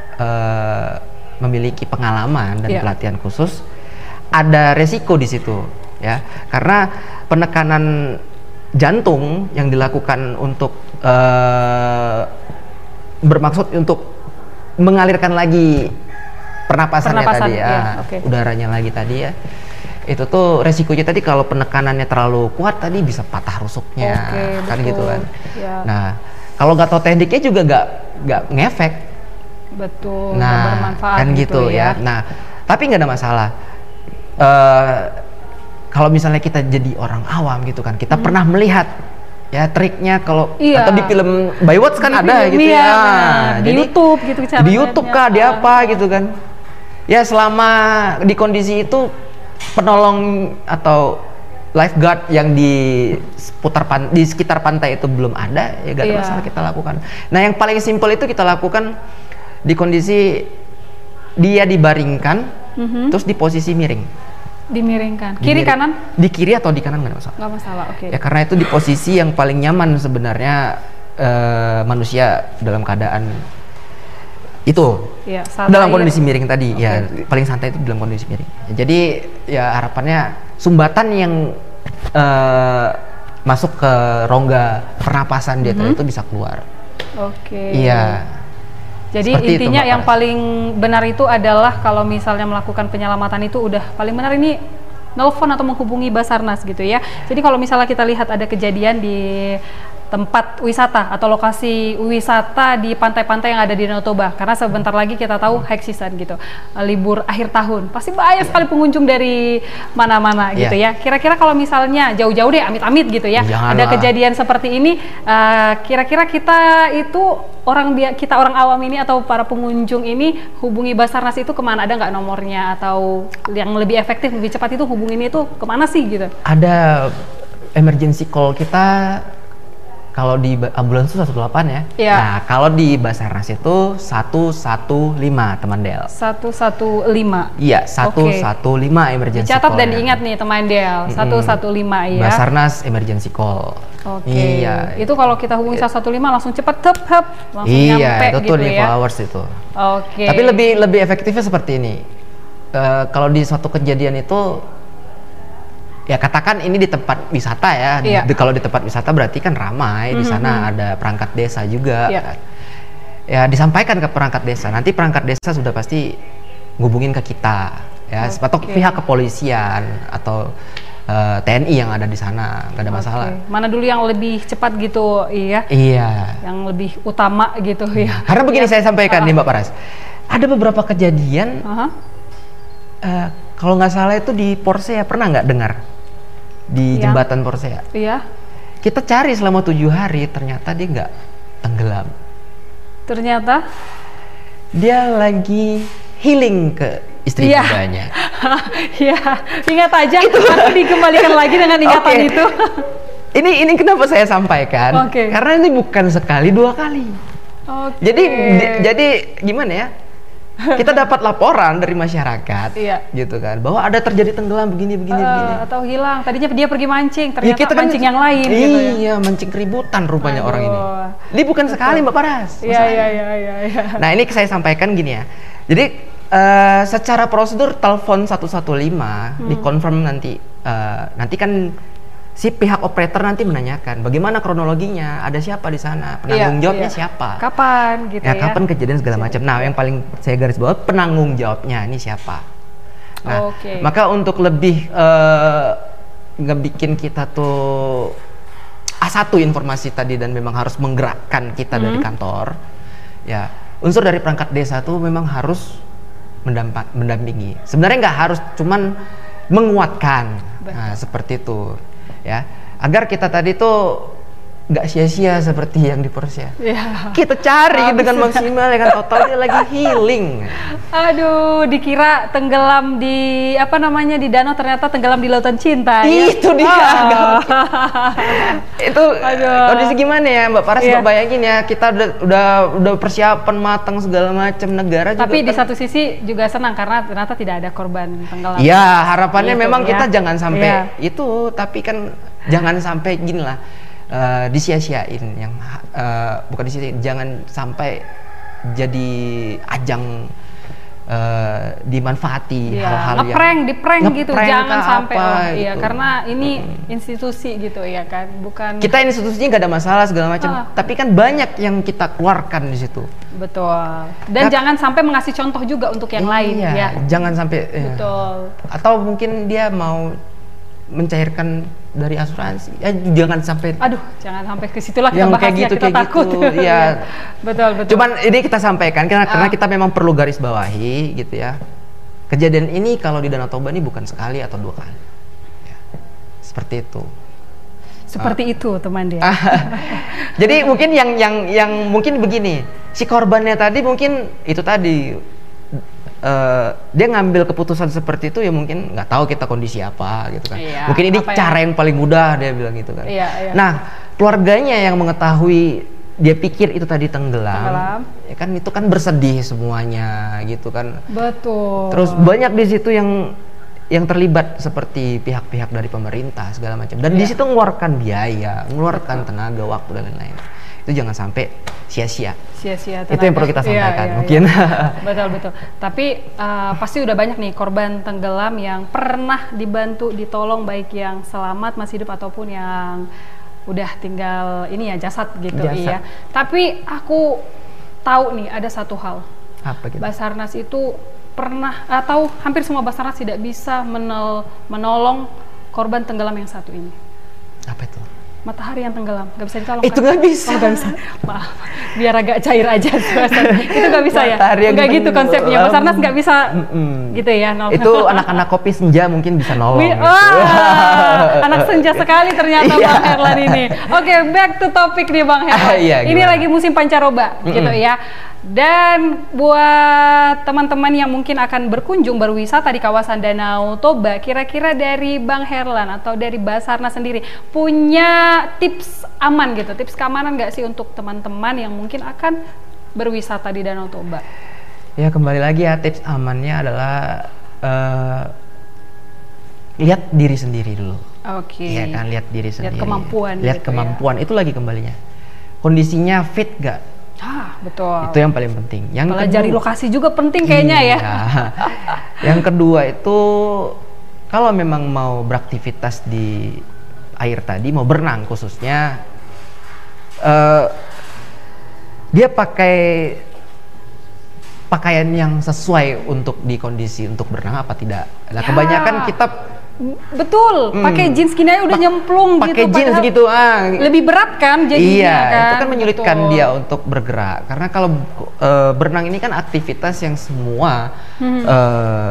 eh, memiliki pengalaman dan Iya. pelatihan khusus, ada resiko di situ ya. Karena penekanan jantung yang dilakukan untuk eh, bermaksud untuk mengalirkan lagi pernapasannya Pernapasan, tadi ya, iya, oke. udaranya lagi tadi ya. Itu tuh resikonya tadi kalau penekanannya terlalu kuat tadi bisa patah rusuknya, Oke, kan betul. gitu kan. Ya. Nah, kalau nggak tahu tekniknya juga nggak nggak ngefek. Betul, nggak Nah, bermanfaat kan gitu ya. Nah, tapi nggak ada masalah. Eh, kalau misalnya kita jadi orang awam gitu kan, kita pernah melihat ya triknya kalau Hmm. Iya. atau di film Baywatch kan Di ada film, gitu iya, ya. benar. Di Jadi, YouTube gitu cara Di YouTube kah, di lihatnya. apa gitu kan. Ya selama di kondisi itu penolong atau lifeguard yang di seputar pan, di sekitar pantai itu belum ada, ya gak ada Iya. masalah kita lakukan. Nah yang paling simpel itu kita lakukan di kondisi dia dibaringkan, Mhm. terus di posisi miring. Dimiringkan, Di kiri miring. kanan Di kiri atau di kanan nggak ada masalah. nggak masalah, oke. Ya karena itu di posisi yang paling nyaman sebenarnya eh, manusia dalam keadaan itu. Iya, saat Dalam air. kondisi miring tadi, Oke. ya paling santai itu dalam kondisi miring. Ya, jadi ya harapannya sumbatan yang eh, masuk ke rongga pernapasan dia tadi Mhm. itu bisa keluar. Oke. Iya. Jadi Seperti itu, intinya Mbak yang Paras. paling benar itu adalah kalau misalnya melakukan penyelamatan itu udah paling benar ini nelfon atau menghubungi Basarnas gitu ya. Jadi kalau misalnya kita lihat ada kejadian di tempat wisata atau lokasi wisata di pantai-pantai yang ada di Danau Toba, karena sebentar lagi kita tahu high season gitu, libur akhir tahun pasti banyak sekali pengunjung dari mana-mana gitu yeah. ya. Kira-kira kalau misalnya jauh-jauh deh, amit-amit gitu ya, Janganlah. ada kejadian seperti ini, uh, kira-kira kita itu orang kita orang awam ini atau para pengunjung ini hubungi Basarnas itu kemana? Ada nggak nomornya atau yang lebih efektif, lebih cepat itu hubungin itu kemana sih gitu? Ada emergency call kita. Kalau di ambulans itu satu delapan ya. Yeah. Nah, kalau di Basarnas itu satu satu lima teman Del. satu satu lima. Iya, satu satu lima emergency dicatat call. dan diingat nih teman Del, satu satu lima ya. Basarnas emergency call. Oke. Okay. Iya. Itu kalau kita hubungi satu satu lima langsung cepet tep hep, langsung iya, nyampe itu gitu tuh di ya. hours itu. Oke. Okay. Tapi lebih lebih efektifnya seperti ini. Uh, kalau di suatu kejadian itu ya katakan ini di tempat wisata ya. Iya. Di, kalau di tempat wisata berarti kan ramai, mm-hmm. di sana ada perangkat desa juga. Iya. Kan. Ya disampaikan ke perangkat desa. Nanti perangkat desa sudah pasti ngubungin ke kita ya, okay. atau pihak kepolisian atau uh, T N I yang ada di sana, nggak ada okay. masalah. Mana dulu yang lebih cepat gitu, iya? Iya. Yang lebih utama gitu ya. Karena begini ya. Saya sampaikan uh. nih Mbak Paras, ada beberapa kejadian. Uh-huh. Uh, kalau nggak salah itu di Porsea, pernah nggak dengar? Di ya. jembatan Porsea. Iya. Kita cari selama tujuh hari, ternyata dia nggak tenggelam. Ternyata dia lagi healing ke istri ya. mudanya. Iya, ingat aja. Itu aku dikembalikan lagi dengan ingatan okay. itu. ini ini kenapa saya sampaikan? Okay. Karena ini bukan sekali dua kali. Okay. Jadi di, jadi gimana ya? Kita dapat laporan dari masyarakat, iya. gitu kan, bahwa ada terjadi tenggelam begini begini uh, begini. Atau hilang. Tadinya dia pergi mancing, ternyata ya, kita mancing kan, yang lain. Iya, gitu ya? mancing keributan rupanya. Aduh. Orang ini. Ini bukan Betul. sekali Mbak Paras. Iya iya iya iya. Ya. Nah ini saya sampaikan gini ya. Jadi uh, secara prosedur telepon satu satu lima hmm. dikonfirm nanti. Uh, nanti kan si pihak operator nanti menanyakan bagaimana kronologinya, ada siapa di sana, penanggung iya, jawabnya iya. siapa, kapan gitu ya, ya, kapan kejadian segala macam. Nah, yang paling saya garis bawah penanggung jawabnya ini siapa. Nah, okay. maka untuk lebih uh, ngebikin kita tuh A satu informasi tadi dan memang harus menggerakkan kita hmm. dari kantor, ya unsur dari perangkat desa tuh memang harus mendampak, mendampingi. Sebenarnya nggak harus cuman menguatkan, nah, seperti itu. Ya, agar kita tadi tuh nggak sia-sia seperti yang di Porsea. Ya. Kita cari Habis dengan maksimal ya kan, total dia lagi healing. Aduh, dikira tenggelam di apa namanya di danau, ternyata tenggelam di lautan cinta. Itu ya? dia. Oh. Itu kondisi gimana ya Mbak Paras? Yeah. Mbak bayangin ya, kita udah udah udah persiapan matang segala macam, negara juga. Tapi kan, di satu sisi juga senang karena ternyata tidak ada korban tenggelam. Iya, harapannya gitu, memang ya. Kita jangan sampai yeah. itu, tapi kan jangan sampai gini lah. Uh, disia-siain yang uh, bukan disia-siain, jangan sampai jadi ajang uh, dimanfaati ya, hal-hal ngeprank, yang diprank gitu, jangan sampai apa, oh, gitu. Iya, karena ini hmm. institusi gitu ya kan, bukan kita institusinya nggak ada masalah segala macam, ah. tapi kan banyak yang kita keluarkan di situ. Betul. Dan nah, jangan sampai mengasih contoh juga untuk yang iya, lain ya. Jangan sampai. Betul. Ya. Atau mungkin dia mau mencairkan dari asuransi, ya jangan sampai. Aduh, jangan sampai ke situlah kita yang bahas kayak gitu, ya, kita kayak takut. Gitu, iya. Betul, betul. Cuman ini kita sampaikan karena, uh. karena kita memang perlu garis bawahi gitu ya. Kejadian ini kalau di Danau Toba ini bukan sekali atau dua kali. Ya, seperti itu. Seperti uh. itu, teman dia. Jadi mungkin yang yang yang mungkin begini, si korbannya tadi mungkin itu tadi. Uh, dia ngambil keputusan seperti itu ya mungkin nggak tahu kita kondisi apa gitu kan. Iya, mungkin ini cara yang... yang paling mudah dia bilang gitu kan. Iya, iya. Nah, keluarganya yang mengetahui dia pikir itu tadi tenggelam, tenggelam. Ya kan itu kan bersedih semuanya gitu kan. Betul. Terus banyak di situ yang yang terlibat seperti pihak-pihak dari pemerintah segala macam. Dan iya. di situ mengeluarkan biaya, mengeluarkan tenaga, waktu dan lain-lain. Itu jangan sampai sia-sia. Sia-sia. Itu yang perlu kita sampaikan, iya, iya, mungkin. Iya. Betul betul. Tapi uh, pasti udah banyak nih korban tenggelam yang pernah dibantu, ditolong, baik yang selamat masih hidup ataupun yang udah tinggal ini ya jasad gitu, jasad. Iya. Tapi aku tahu nih ada satu hal. Apa gitu? Basarnas itu pernah atau hampir semua Basarnas tidak bisa menol, menolong korban tenggelam yang satu ini. Apa itu? matahari yang tenggelam, nggak bisa ditolong Itu kan? nggak bisa. Oh, nggak bisa. Maaf, biar agak cair aja suasana. Itu nggak bisa ya? Matahari yang Nggak gitu konsepnya. Basarnas nggak bisa Mm-mm. gitu ya? No. Itu anak-anak kopi senja mungkin bisa nolong. Wih, gitu. wah, anak senja sekali ternyata Iya. Bang Herlan ini. Oke, back to topic nih Bang Herlan. Ah, iya, ini gimana? lagi musim pancaroba Mm-mm. gitu ya. Dan buat teman-teman yang mungkin akan berkunjung berwisata di kawasan Danau Toba, kira-kira dari Bang Herlan atau dari Basarnas sendiri punya tips aman gitu, tips keamanan nggak sih untuk teman-teman yang mungkin akan berwisata di Danau Toba? Ya kembali lagi ya, tips amannya adalah eh, lihat diri sendiri dulu. Oke. Iya kan, lihat diri sendiri. kemampuan Lihat gitu kemampuan, itu lagi kembalinya. Kondisinya fit gak? Ah, betul. Itu yang paling penting. Yang Pelajari kedua- lokasi juga penting kayaknya ya. Iya. Yang kedua itu kalau memang mau beraktivitas di air tadi, mau berenang khususnya, eh, dia pakai pakaian yang sesuai untuk di kondisi untuk berenang apa tidak. Nah, Ya. kebanyakan kita Betul, Hmm. pakai jeans gini aja udah Pak- nyemplung gitu. pakai jeans padahal gitu ah. Lebih berat kan jadinya Iya, kan. itu kan menyulitkan Betul. dia untuk bergerak. Karena kalau eh, berenang ini kan aktivitas yang semua Hmm. eh,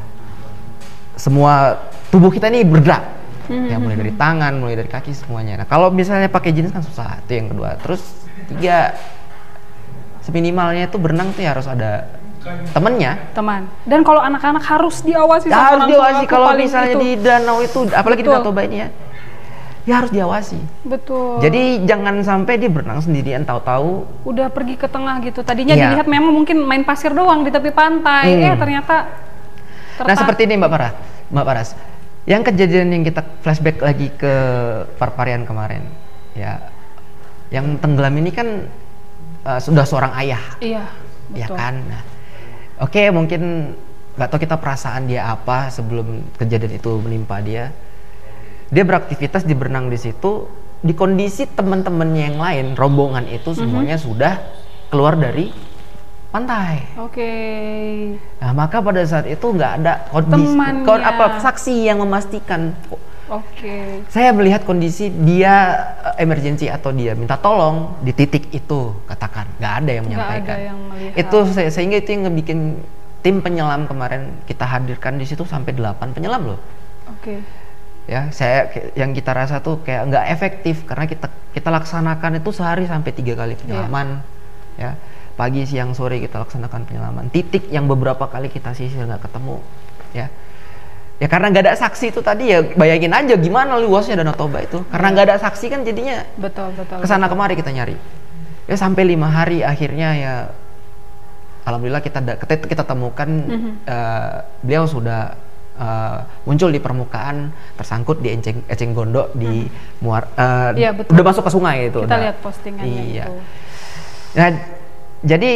semua tubuh kita ini bergerak. Hmm. Ya mulai dari tangan, mulai dari kaki semuanya. Nah, kalau misalnya pakai jeans kan susah. Itu yang kedua. Terus tiga, seminimalnya itu berenang tuh ya harus ada temennya. Teman. Dan kalau anak-anak harus diawasi Ya, sama harus orang tua, diawasi aku kalau paling misalnya itu. di danau itu, apalagi di Betul. Danau Toba ini ya. Ya harus diawasi. Betul. Jadi jangan sampai dia berenang sendirian tahu-tahu udah pergi ke tengah gitu. Tadinya Iya. dilihat memang mungkin main pasir doang di tepi pantai. Hmm. Eh ternyata Nah tertak- seperti ini Mbak Farah, Mbak Paras, yang kejadian yang kita flashback lagi ke Parparian kemarin, ya, yang tenggelam ini kan uh, sudah seorang ayah, Iya, ya betul. kan. Nah, oke mungkin nggak tahu kita perasaan dia apa sebelum kejadian itu menimpa dia. Dia beraktivitas di berenang di situ, di kondisi teman-temannya yang lain, rombongan itu semuanya sudah keluar dari pantai. Oke. Nah, maka pada saat itu nggak ada kondisi, Temannya. kon- apa saksi yang memastikan. Oke. Saya melihat kondisi dia eh, emergency atau dia minta tolong di titik itu, katakan nggak ada yang Nggak menyampaikan. ada yang melihat. Itu se- sehingga itu yang ngebikin tim penyelam kemarin kita hadirkan di situ sampai delapan penyelam loh. Oke. Ya, saya yang kita rasa tuh kayak nggak efektif karena kita kita laksanakan itu sehari sampai tiga kali penyelaman. Ya. Pagi, siang, sore kita laksanakan penyelaman. Titik yang beberapa kali kita sisir nggak ketemu, ya. Ya karena nggak ada saksi itu tadi ya bayangin aja gimana luasnya Danau Toba itu. Karena nggak ada saksi kan jadinya Betul, betul. kesana kemari kita nyari. Ya sampai lima hari akhirnya ya, alhamdulillah kita da- kita, kita temukan Mhm. eh, beliau sudah eh, muncul di permukaan tersangkut di enceng eceng gondok di muar eh, Iya, betul. udah masuk ke sungai itu. Kita Nah, lihat postingannya iya. itu. Nah, jadi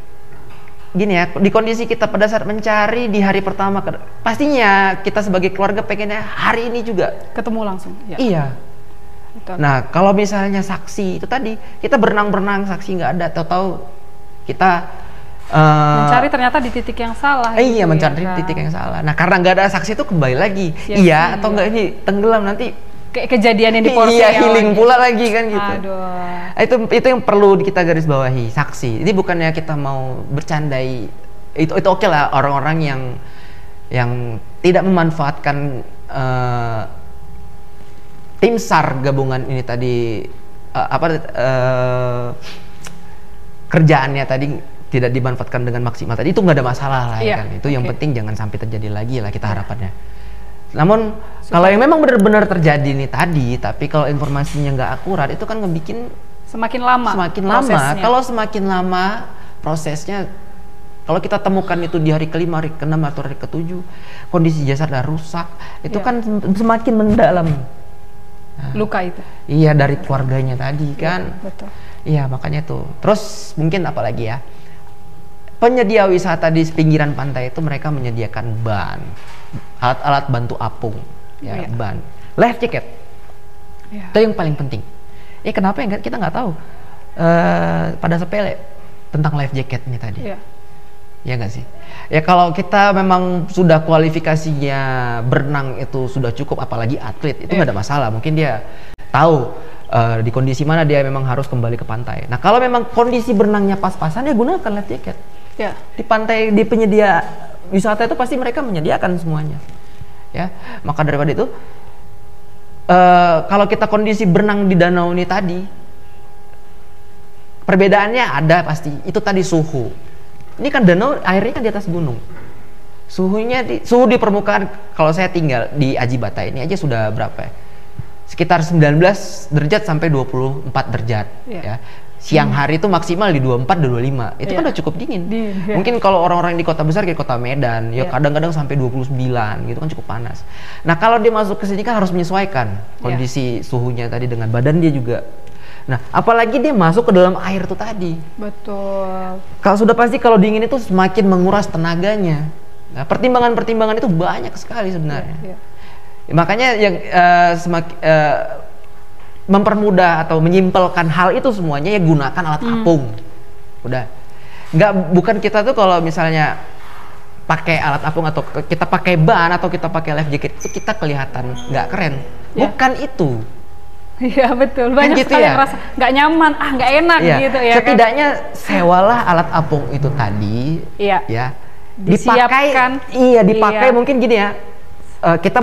gini ya, di kondisi kita pada saat mencari di hari pertama, ke- pastinya kita sebagai keluarga pengennya hari ini juga. Ketemu langsung. Ya. Iya. Betul. Nah, kalau misalnya saksi itu tadi kita berenang-berenang saksi nggak ada, tahu-tahu kita eh, Mencari ternyata di titik yang salah. eh, iya gitu mencari ya, kan? titik yang salah. Nah, karena nggak ada saksi itu kembali lagi, Sia-sia. iya atau nggak ini tenggelam nanti. Kayak kejadian yang di Porsche. Iya, ya, healing lagi. pula lagi kan gitu. Aduh. Nah, itu itu yang perlu kita garis bawahi, saksi. Jadi bukannya kita mau bercandai, itu itu oke lah orang-orang yang yang tidak memanfaatkan eh, tim SAR gabungan ini tadi eh, apa eh, kerjaannya tadi tidak dimanfaatkan dengan maksimal tadi, itu nggak ada masalah lah ya Iya, kan. Itu yang oke. penting jangan sampai terjadi lagi lah kita harapannya. Namun kalau yang memang benar-benar terjadi nih tadi, tapi kalau informasinya nggak akurat, itu kan ngebikin Semakin lama. semakin lama. prosesnya. Kalau semakin lama prosesnya, kalau kita temukan itu di hari kelima, hari keenam atau hari ketujuh, kondisi jasad udah rusak, itu Iya. kan semakin mendalam. luka itu. Iya, dari keluarganya tadi kan. Betul. Iya, makanya tuh. Terus mungkin apa lagi ya? Penyedia wisata di pinggiran pantai itu mereka menyediakan ban, alat-alat bantu apung, ya, Iya. ban, life jacket. Iya. Itu yang paling penting. Eh kenapa ya kita nggak tahu eh pada sepele tentang life jacket ini tadi? Iya. Ya nggak sih? Ya kalau kita memang sudah kualifikasinya berenang itu sudah cukup, apalagi atlet itu nggak Iya. ada masalah. Mungkin dia tahu uh, di kondisi mana dia memang harus kembali ke pantai. Nah kalau memang kondisi berenangnya pas-pasan, ya gunakan life jacket. Ya. Di pantai, di penyedia wisata itu pasti mereka menyediakan semuanya. Ya, maka daripada itu, uh, kalau kita kondisi berenang di danau ini tadi, perbedaannya ada pasti. Itu tadi suhu. Ini kan danau airnya kan di atas gunung. Suhunya di, suhu di permukaan, kalau saya tinggal di Aji Bata ini aja sudah berapa ya? Sekitar sembilan belas derajat sampai dua puluh empat derajat. Yeah. Ya. Siang hmm. hari itu maksimal di dua puluh empat, dua puluh lima. Itu yeah. kan udah cukup dingin. Di, yeah. Mungkin kalau orang-orang di kota besar kayak kota Medan, ya kadang-kadang yeah. sampai dua puluh sembilan gitu kan cukup panas. Nah kalau dia masuk ke sini kan harus menyesuaikan kondisi yeah. suhunya tadi dengan badan dia juga. Nah, apalagi dia masuk ke dalam air tuh tadi. Betul. Kalau sudah pasti kalau dingin itu semakin menguras tenaganya. Nah, pertimbangan-pertimbangan itu banyak sekali sebenarnya. Yeah, yeah. Makanya yang uh, semakin uh, mempermudah atau menyimpelkan hal itu semuanya ya gunakan alat mm. apung. Udah. Nggak, bukan kita tuh kalau misalnya pakai alat apung atau kita pakai ban atau kita pakai life jacket itu kita kelihatan nggak keren. Yeah. Bukan itu. Iya betul, banyak kan gitu sekali ya? yang rasa nggak nyaman, ah nggak enak ya. gitu ya. Setidaknya kan? sewalah alat apung itu tadi, iya. ya, disiapkan, dipakai, iya dipakai iya. mungkin gini ya, uh, kita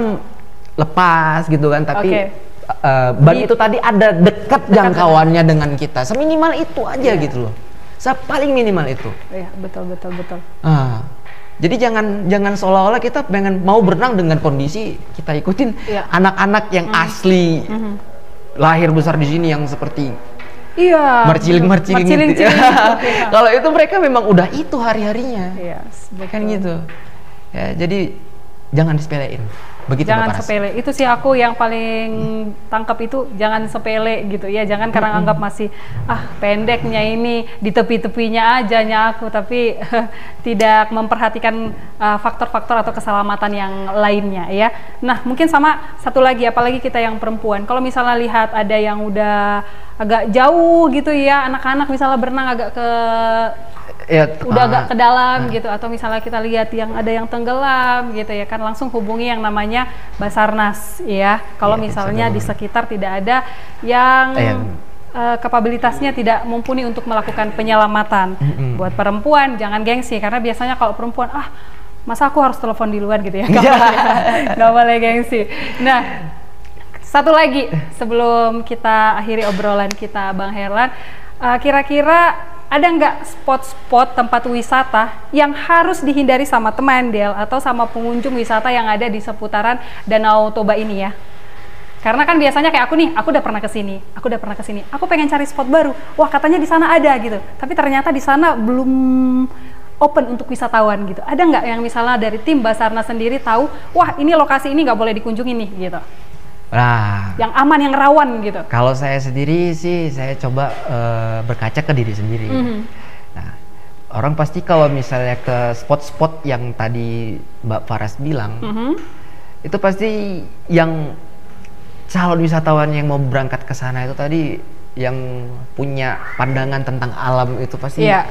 lepas gitu kan, tapi okay. uh, ban Di, itu tadi ada dekat jangkauannya dengan kita, seminimal itu aja iya. gitu loh, paling minimal itu. Iya betul betul betul. Ah. Jadi jangan jangan seolah-olah kita pengen mau berenang dengan kondisi kita ikutin anak-anak iya. yang mm. asli. Mm-hmm. Lahir besar di sini yang seperti iya merciling-merciling gitu. Kalau itu mereka memang udah itu hari-harinya. Iya, kan gitu. Ya, jadi jangan disepelein. Begitu jangan Bapak sepele. Ras. Itu sih aku yang paling hmm. tangkap itu jangan sepele gitu ya. Jangan karena hmm. anggap masih ah pendeknya ini di tepi-tepinya aja nya aku tapi tidak memperhatikan uh, faktor-faktor atau keselamatan yang lainnya ya. Nah, mungkin sama satu lagi apalagi kita yang perempuan. Kalau misalnya lihat ada yang udah agak jauh gitu ya, anak-anak misalnya berenang agak ke ya, udah uh, agak ke dalam uh. gitu, atau misalnya kita lihat yang ada yang tenggelam gitu ya kan, langsung hubungi yang namanya Basarnas ya. Kalau ya, misalnya di sekitar tidak ada yang uh, uh, kapabilitasnya tidak mumpuni untuk melakukan penyelamatan. Mm-hmm. Buat perempuan jangan gengsi, karena biasanya kalau perempuan ah masa aku harus telepon di luar gitu ya, nggak boleh, nggak boleh gengsi. Nah, satu lagi sebelum kita akhiri obrolan kita Bang Herlan, uh, kira-kira ada nggak spot-spot tempat wisata yang harus dihindari sama teman Del atau sama pengunjung wisata yang ada di seputaran Danau Toba ini ya? Karena kan biasanya kayak aku nih, aku udah pernah kesini, aku udah pernah kesini, aku pengen cari spot baru. Wah katanya di sana ada gitu, tapi ternyata di sana belum open untuk wisatawan gitu. Ada nggak yang misalnya dari tim Basarnas sendiri tahu, wah ini lokasi ini nggak boleh dikunjungi nih gitu? Nah, yang aman, yang rawan gitu. Kalau saya sendiri sih, saya coba uh, berkaca ke diri sendiri. Mm-hmm. Nah, orang pasti kalau misalnya ke spot-spot yang tadi Mbak Faras bilang, mm-hmm. itu pasti yang calon wisatawan yang mau berangkat ke sana itu tadi yang punya pandangan tentang alam itu pasti yeah.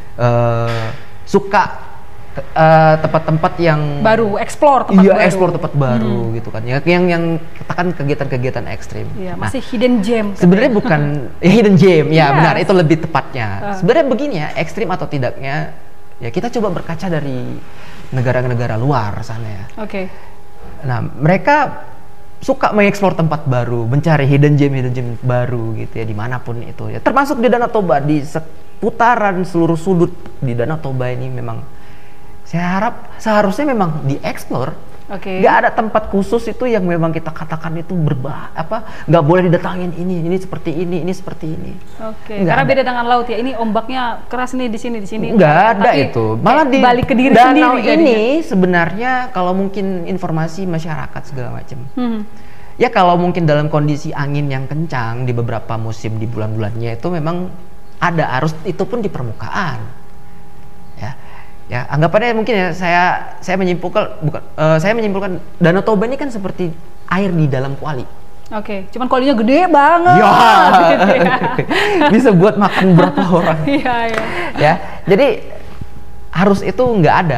uh, suka Uh, tempat-tempat yang baru, explore tempat iya, baru. explore tempat baru hmm. gitu kan. Ya, yang yang katakan kegiatan-kegiatan ekstrim. Iya, nah, masih hidden gem. Sebenarnya bukan ya, hidden gem, ya yes. benar itu lebih tepatnya. Uh. Sebenarnya begini ya, ekstrim atau tidaknya ya kita coba berkaca dari negara-negara luar sana ya. Oke. Okay. Nah, mereka suka mengeksplor tempat baru, mencari hidden gem, hidden gem baru gitu ya dimanapun itu ya. Termasuk di Danau Toba, di seputaran seluruh sudut di Danau Toba ini memang saya harap seharusnya memang dieksplor. Oke. Okay. Gak ada tempat khusus itu yang memang kita katakan itu berbah apa nggak boleh didatangin ini ini seperti ini ini seperti ini. Oke. Okay. Karena ada. Beda dengan laut ya. Ini ombaknya keras nih di sini di sini. Nggak ada itu. Malah di balik ke diri danau sendiri ini jadinya. Sebenarnya kalau mungkin informasi masyarakat segala macam. Hmm. Ya kalau mungkin dalam kondisi angin yang kencang di beberapa musim di bulan-bulannya itu memang ada arus itu pun di permukaan. Ya. Ya, anggapannya mungkin ya saya saya menyimpulkan bukan uh, saya menyimpulkan Danau Toba ini kan seperti air di dalam kuali. Oke, okay. Cuman kualinya gede banget. Ya. Gitu ya. Bisa buat makan berapa orang. Iya, iya. Ya, jadi harus itu nggak ada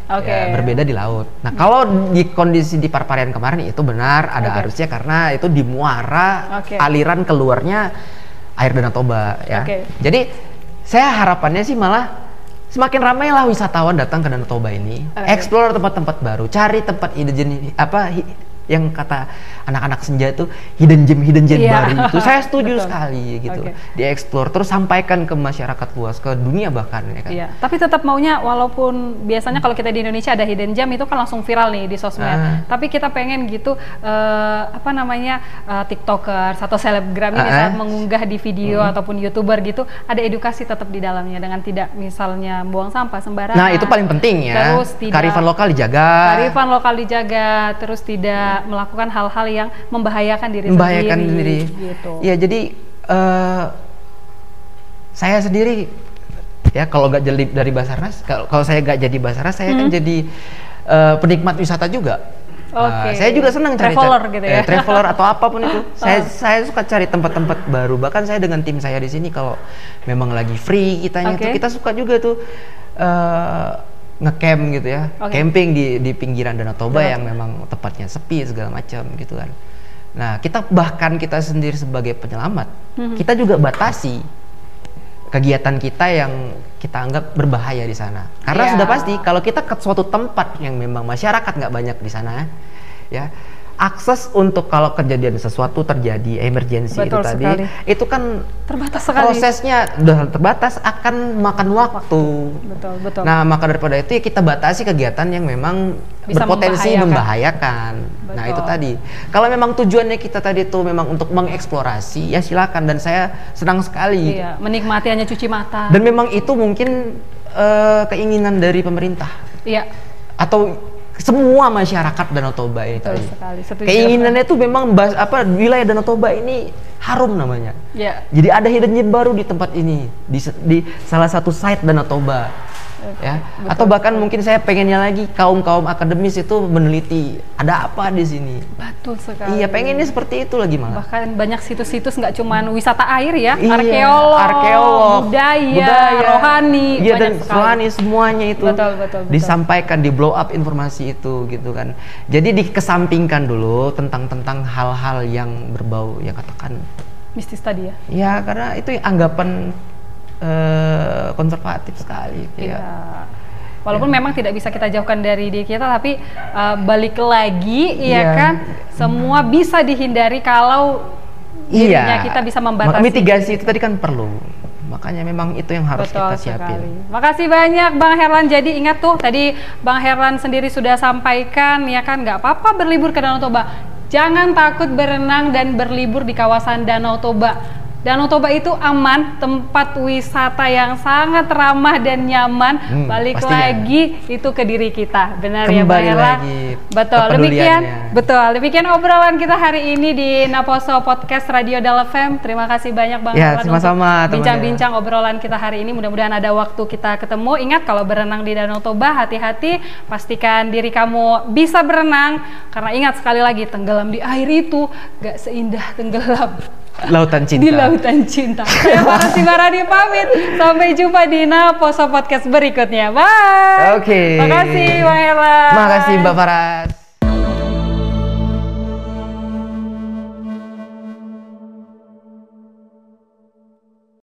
Oke. Ya, berbeda di laut. Nah, kalau di kondisi di Parparian kemarin itu benar ada Oke. arusnya karena itu di muara Oke. aliran keluarnya air Danau Toba ya. Oke. Jadi saya harapannya sih malah semakin ramailah wisatawan datang ke Danau Toba ini, Oke. explore tempat-tempat baru, cari tempat hidden apa hi- yang kata anak-anak senja itu hidden gem hidden gem Iya. baru itu. Saya setuju Betul. sekali gitu. Oke. Dieksplor terus sampaikan ke masyarakat luas, ke dunia bahkan ya kan. Iya, tapi tetap maunya walaupun biasanya kalau kita di Indonesia ada hidden gem itu kan langsung viral nih di sosmed. Ah. Tapi kita pengen gitu eh, apa namanya eh, tiktokers atau selebgram ini Ah, saat ah. mengunggah di video Hmm. ataupun youtuber gitu ada edukasi tetap di dalamnya dengan tidak misalnya buang sampah sembarangan. Nah, itu paling penting ya. Terus tidak Kearifan lokal dijaga. Kearifan lokal dijaga, terus tidak melakukan hal-hal yang membahayakan diri membahayakan sendiri. diri. Gitu. Ya, jadi eh, saya sendiri ya kalau nggak jadi dari Basarnas, kalau kalau saya nggak jadi Basarnas, saya kan Hmm. jadi eh, penikmat wisata juga. Oke. Eh, saya juga senang cari Traveler gitu ya. eh, traveler atau apapun itu. Saya Oh. saya suka cari tempat-tempat baru. Bahkan saya dengan tim saya di sini kalau memang lagi free kitanya Oke. tuh kita suka juga tuh eh, ngecamp gitu ya, Oke. camping di di pinggiran Danau Toba Danau yang memang tempatnya sepi segala macam gitu kan. Nah, kita bahkan kita sendiri sebagai penyelamat, Mhm. kita juga batasi kegiatan kita yang kita anggap berbahaya di sana. Karena Iya. sudah pasti kalau kita ke suatu tempat yang memang masyarakat nggak banyak di sana, ya akses untuk kalau kejadian sesuatu terjadi emergensi itu Betul tadi, sekali. itu kan Terbatas sekali. prosesnya udah terbatas akan makan waktu. Betul, betul. Nah, maka daripada itu ya kita batasi kegiatan yang memang Bisa berpotensi membahayakan. membahayakan. Nah, Betul. itu tadi. Kalau memang tujuannya kita tadi itu memang untuk mengeksplorasi, ya silakan dan saya senang sekali. Iya, menikmati hanya cuci mata. Dan memang itu mungkin eh, keinginan dari pemerintah Iya, atau semua masyarakat Danau Toba ini betul tadi. sekali. Setuju. Keinginannya itu memang bas, apa wilayah Danau Toba ini harum namanya. Iya. Jadi ada hidden gem baru di tempat ini, di, se- di salah satu site Danau Toba. Ya, Betul atau bahkan sekali. mungkin saya pengennya lagi kaum-kaum akademis itu meneliti ada apa di sini. Betul sekali. Iya, pengennya seperti itu lagi malah. Bahkan banyak situs-situs nggak cuman wisata air ya, Iya, arkeolog, arkeolog, budaya, rohani, iya, banyak dan sekali. rohani semuanya itu Betul, betul, betul. disampaikan, di blow up informasi itu gitu kan. Jadi dikesampingkan dulu tentang tentang hal-hal yang berbau yang katakan Mistis tadi ya. ya karena itu anggapan eh, konservatif sekali Iya. ya. Walaupun Ya. memang tidak bisa kita jauhkan dari diri kita, tapi uh, balik lagi, ya Iya. kan, semua bisa dihindari kalau dirinya kita bisa membatasi. Maka mitigasi itu tadi kan perlu. Makanya memang itu yang harus Betul kita siapin. sekali. Makasih banyak Bang Herlan. Jadi ingat tuh tadi Bang Herlan sendiri sudah sampaikan ya kan, nggak apa-apa berlibur ke Danau Toba. Jangan takut berenang dan berlibur di kawasan Danau Toba. Danau Toba itu aman, tempat wisata yang sangat ramah dan nyaman. Hmm, Balik pastinya. lagi itu ke diri kita, benar ya Bang Kembali Herlan? lagi Betul. Demikian, kepeduliannya. betul. Demikian obrolan kita hari ini di Naposo Podcast Radio Dal F M. Terima kasih banyak Bang Ya, Herlan sama-sama, untuk teman-teman. bincang-bincang obrolan kita hari ini. Mudah-mudahan ada waktu kita ketemu. Ingat kalau berenang di Danau Toba, hati-hati, pastikan diri kamu bisa berenang karena ingat sekali lagi tenggelam di air itu gak seindah tenggelam Lautan cinta. di lautan cinta. Saya Farah Sibarani pamit. Sampai jumpa di Naposo Podcast berikutnya. Bye. Oke. Makasih Bang Herlan. Makasih Mbak Faras.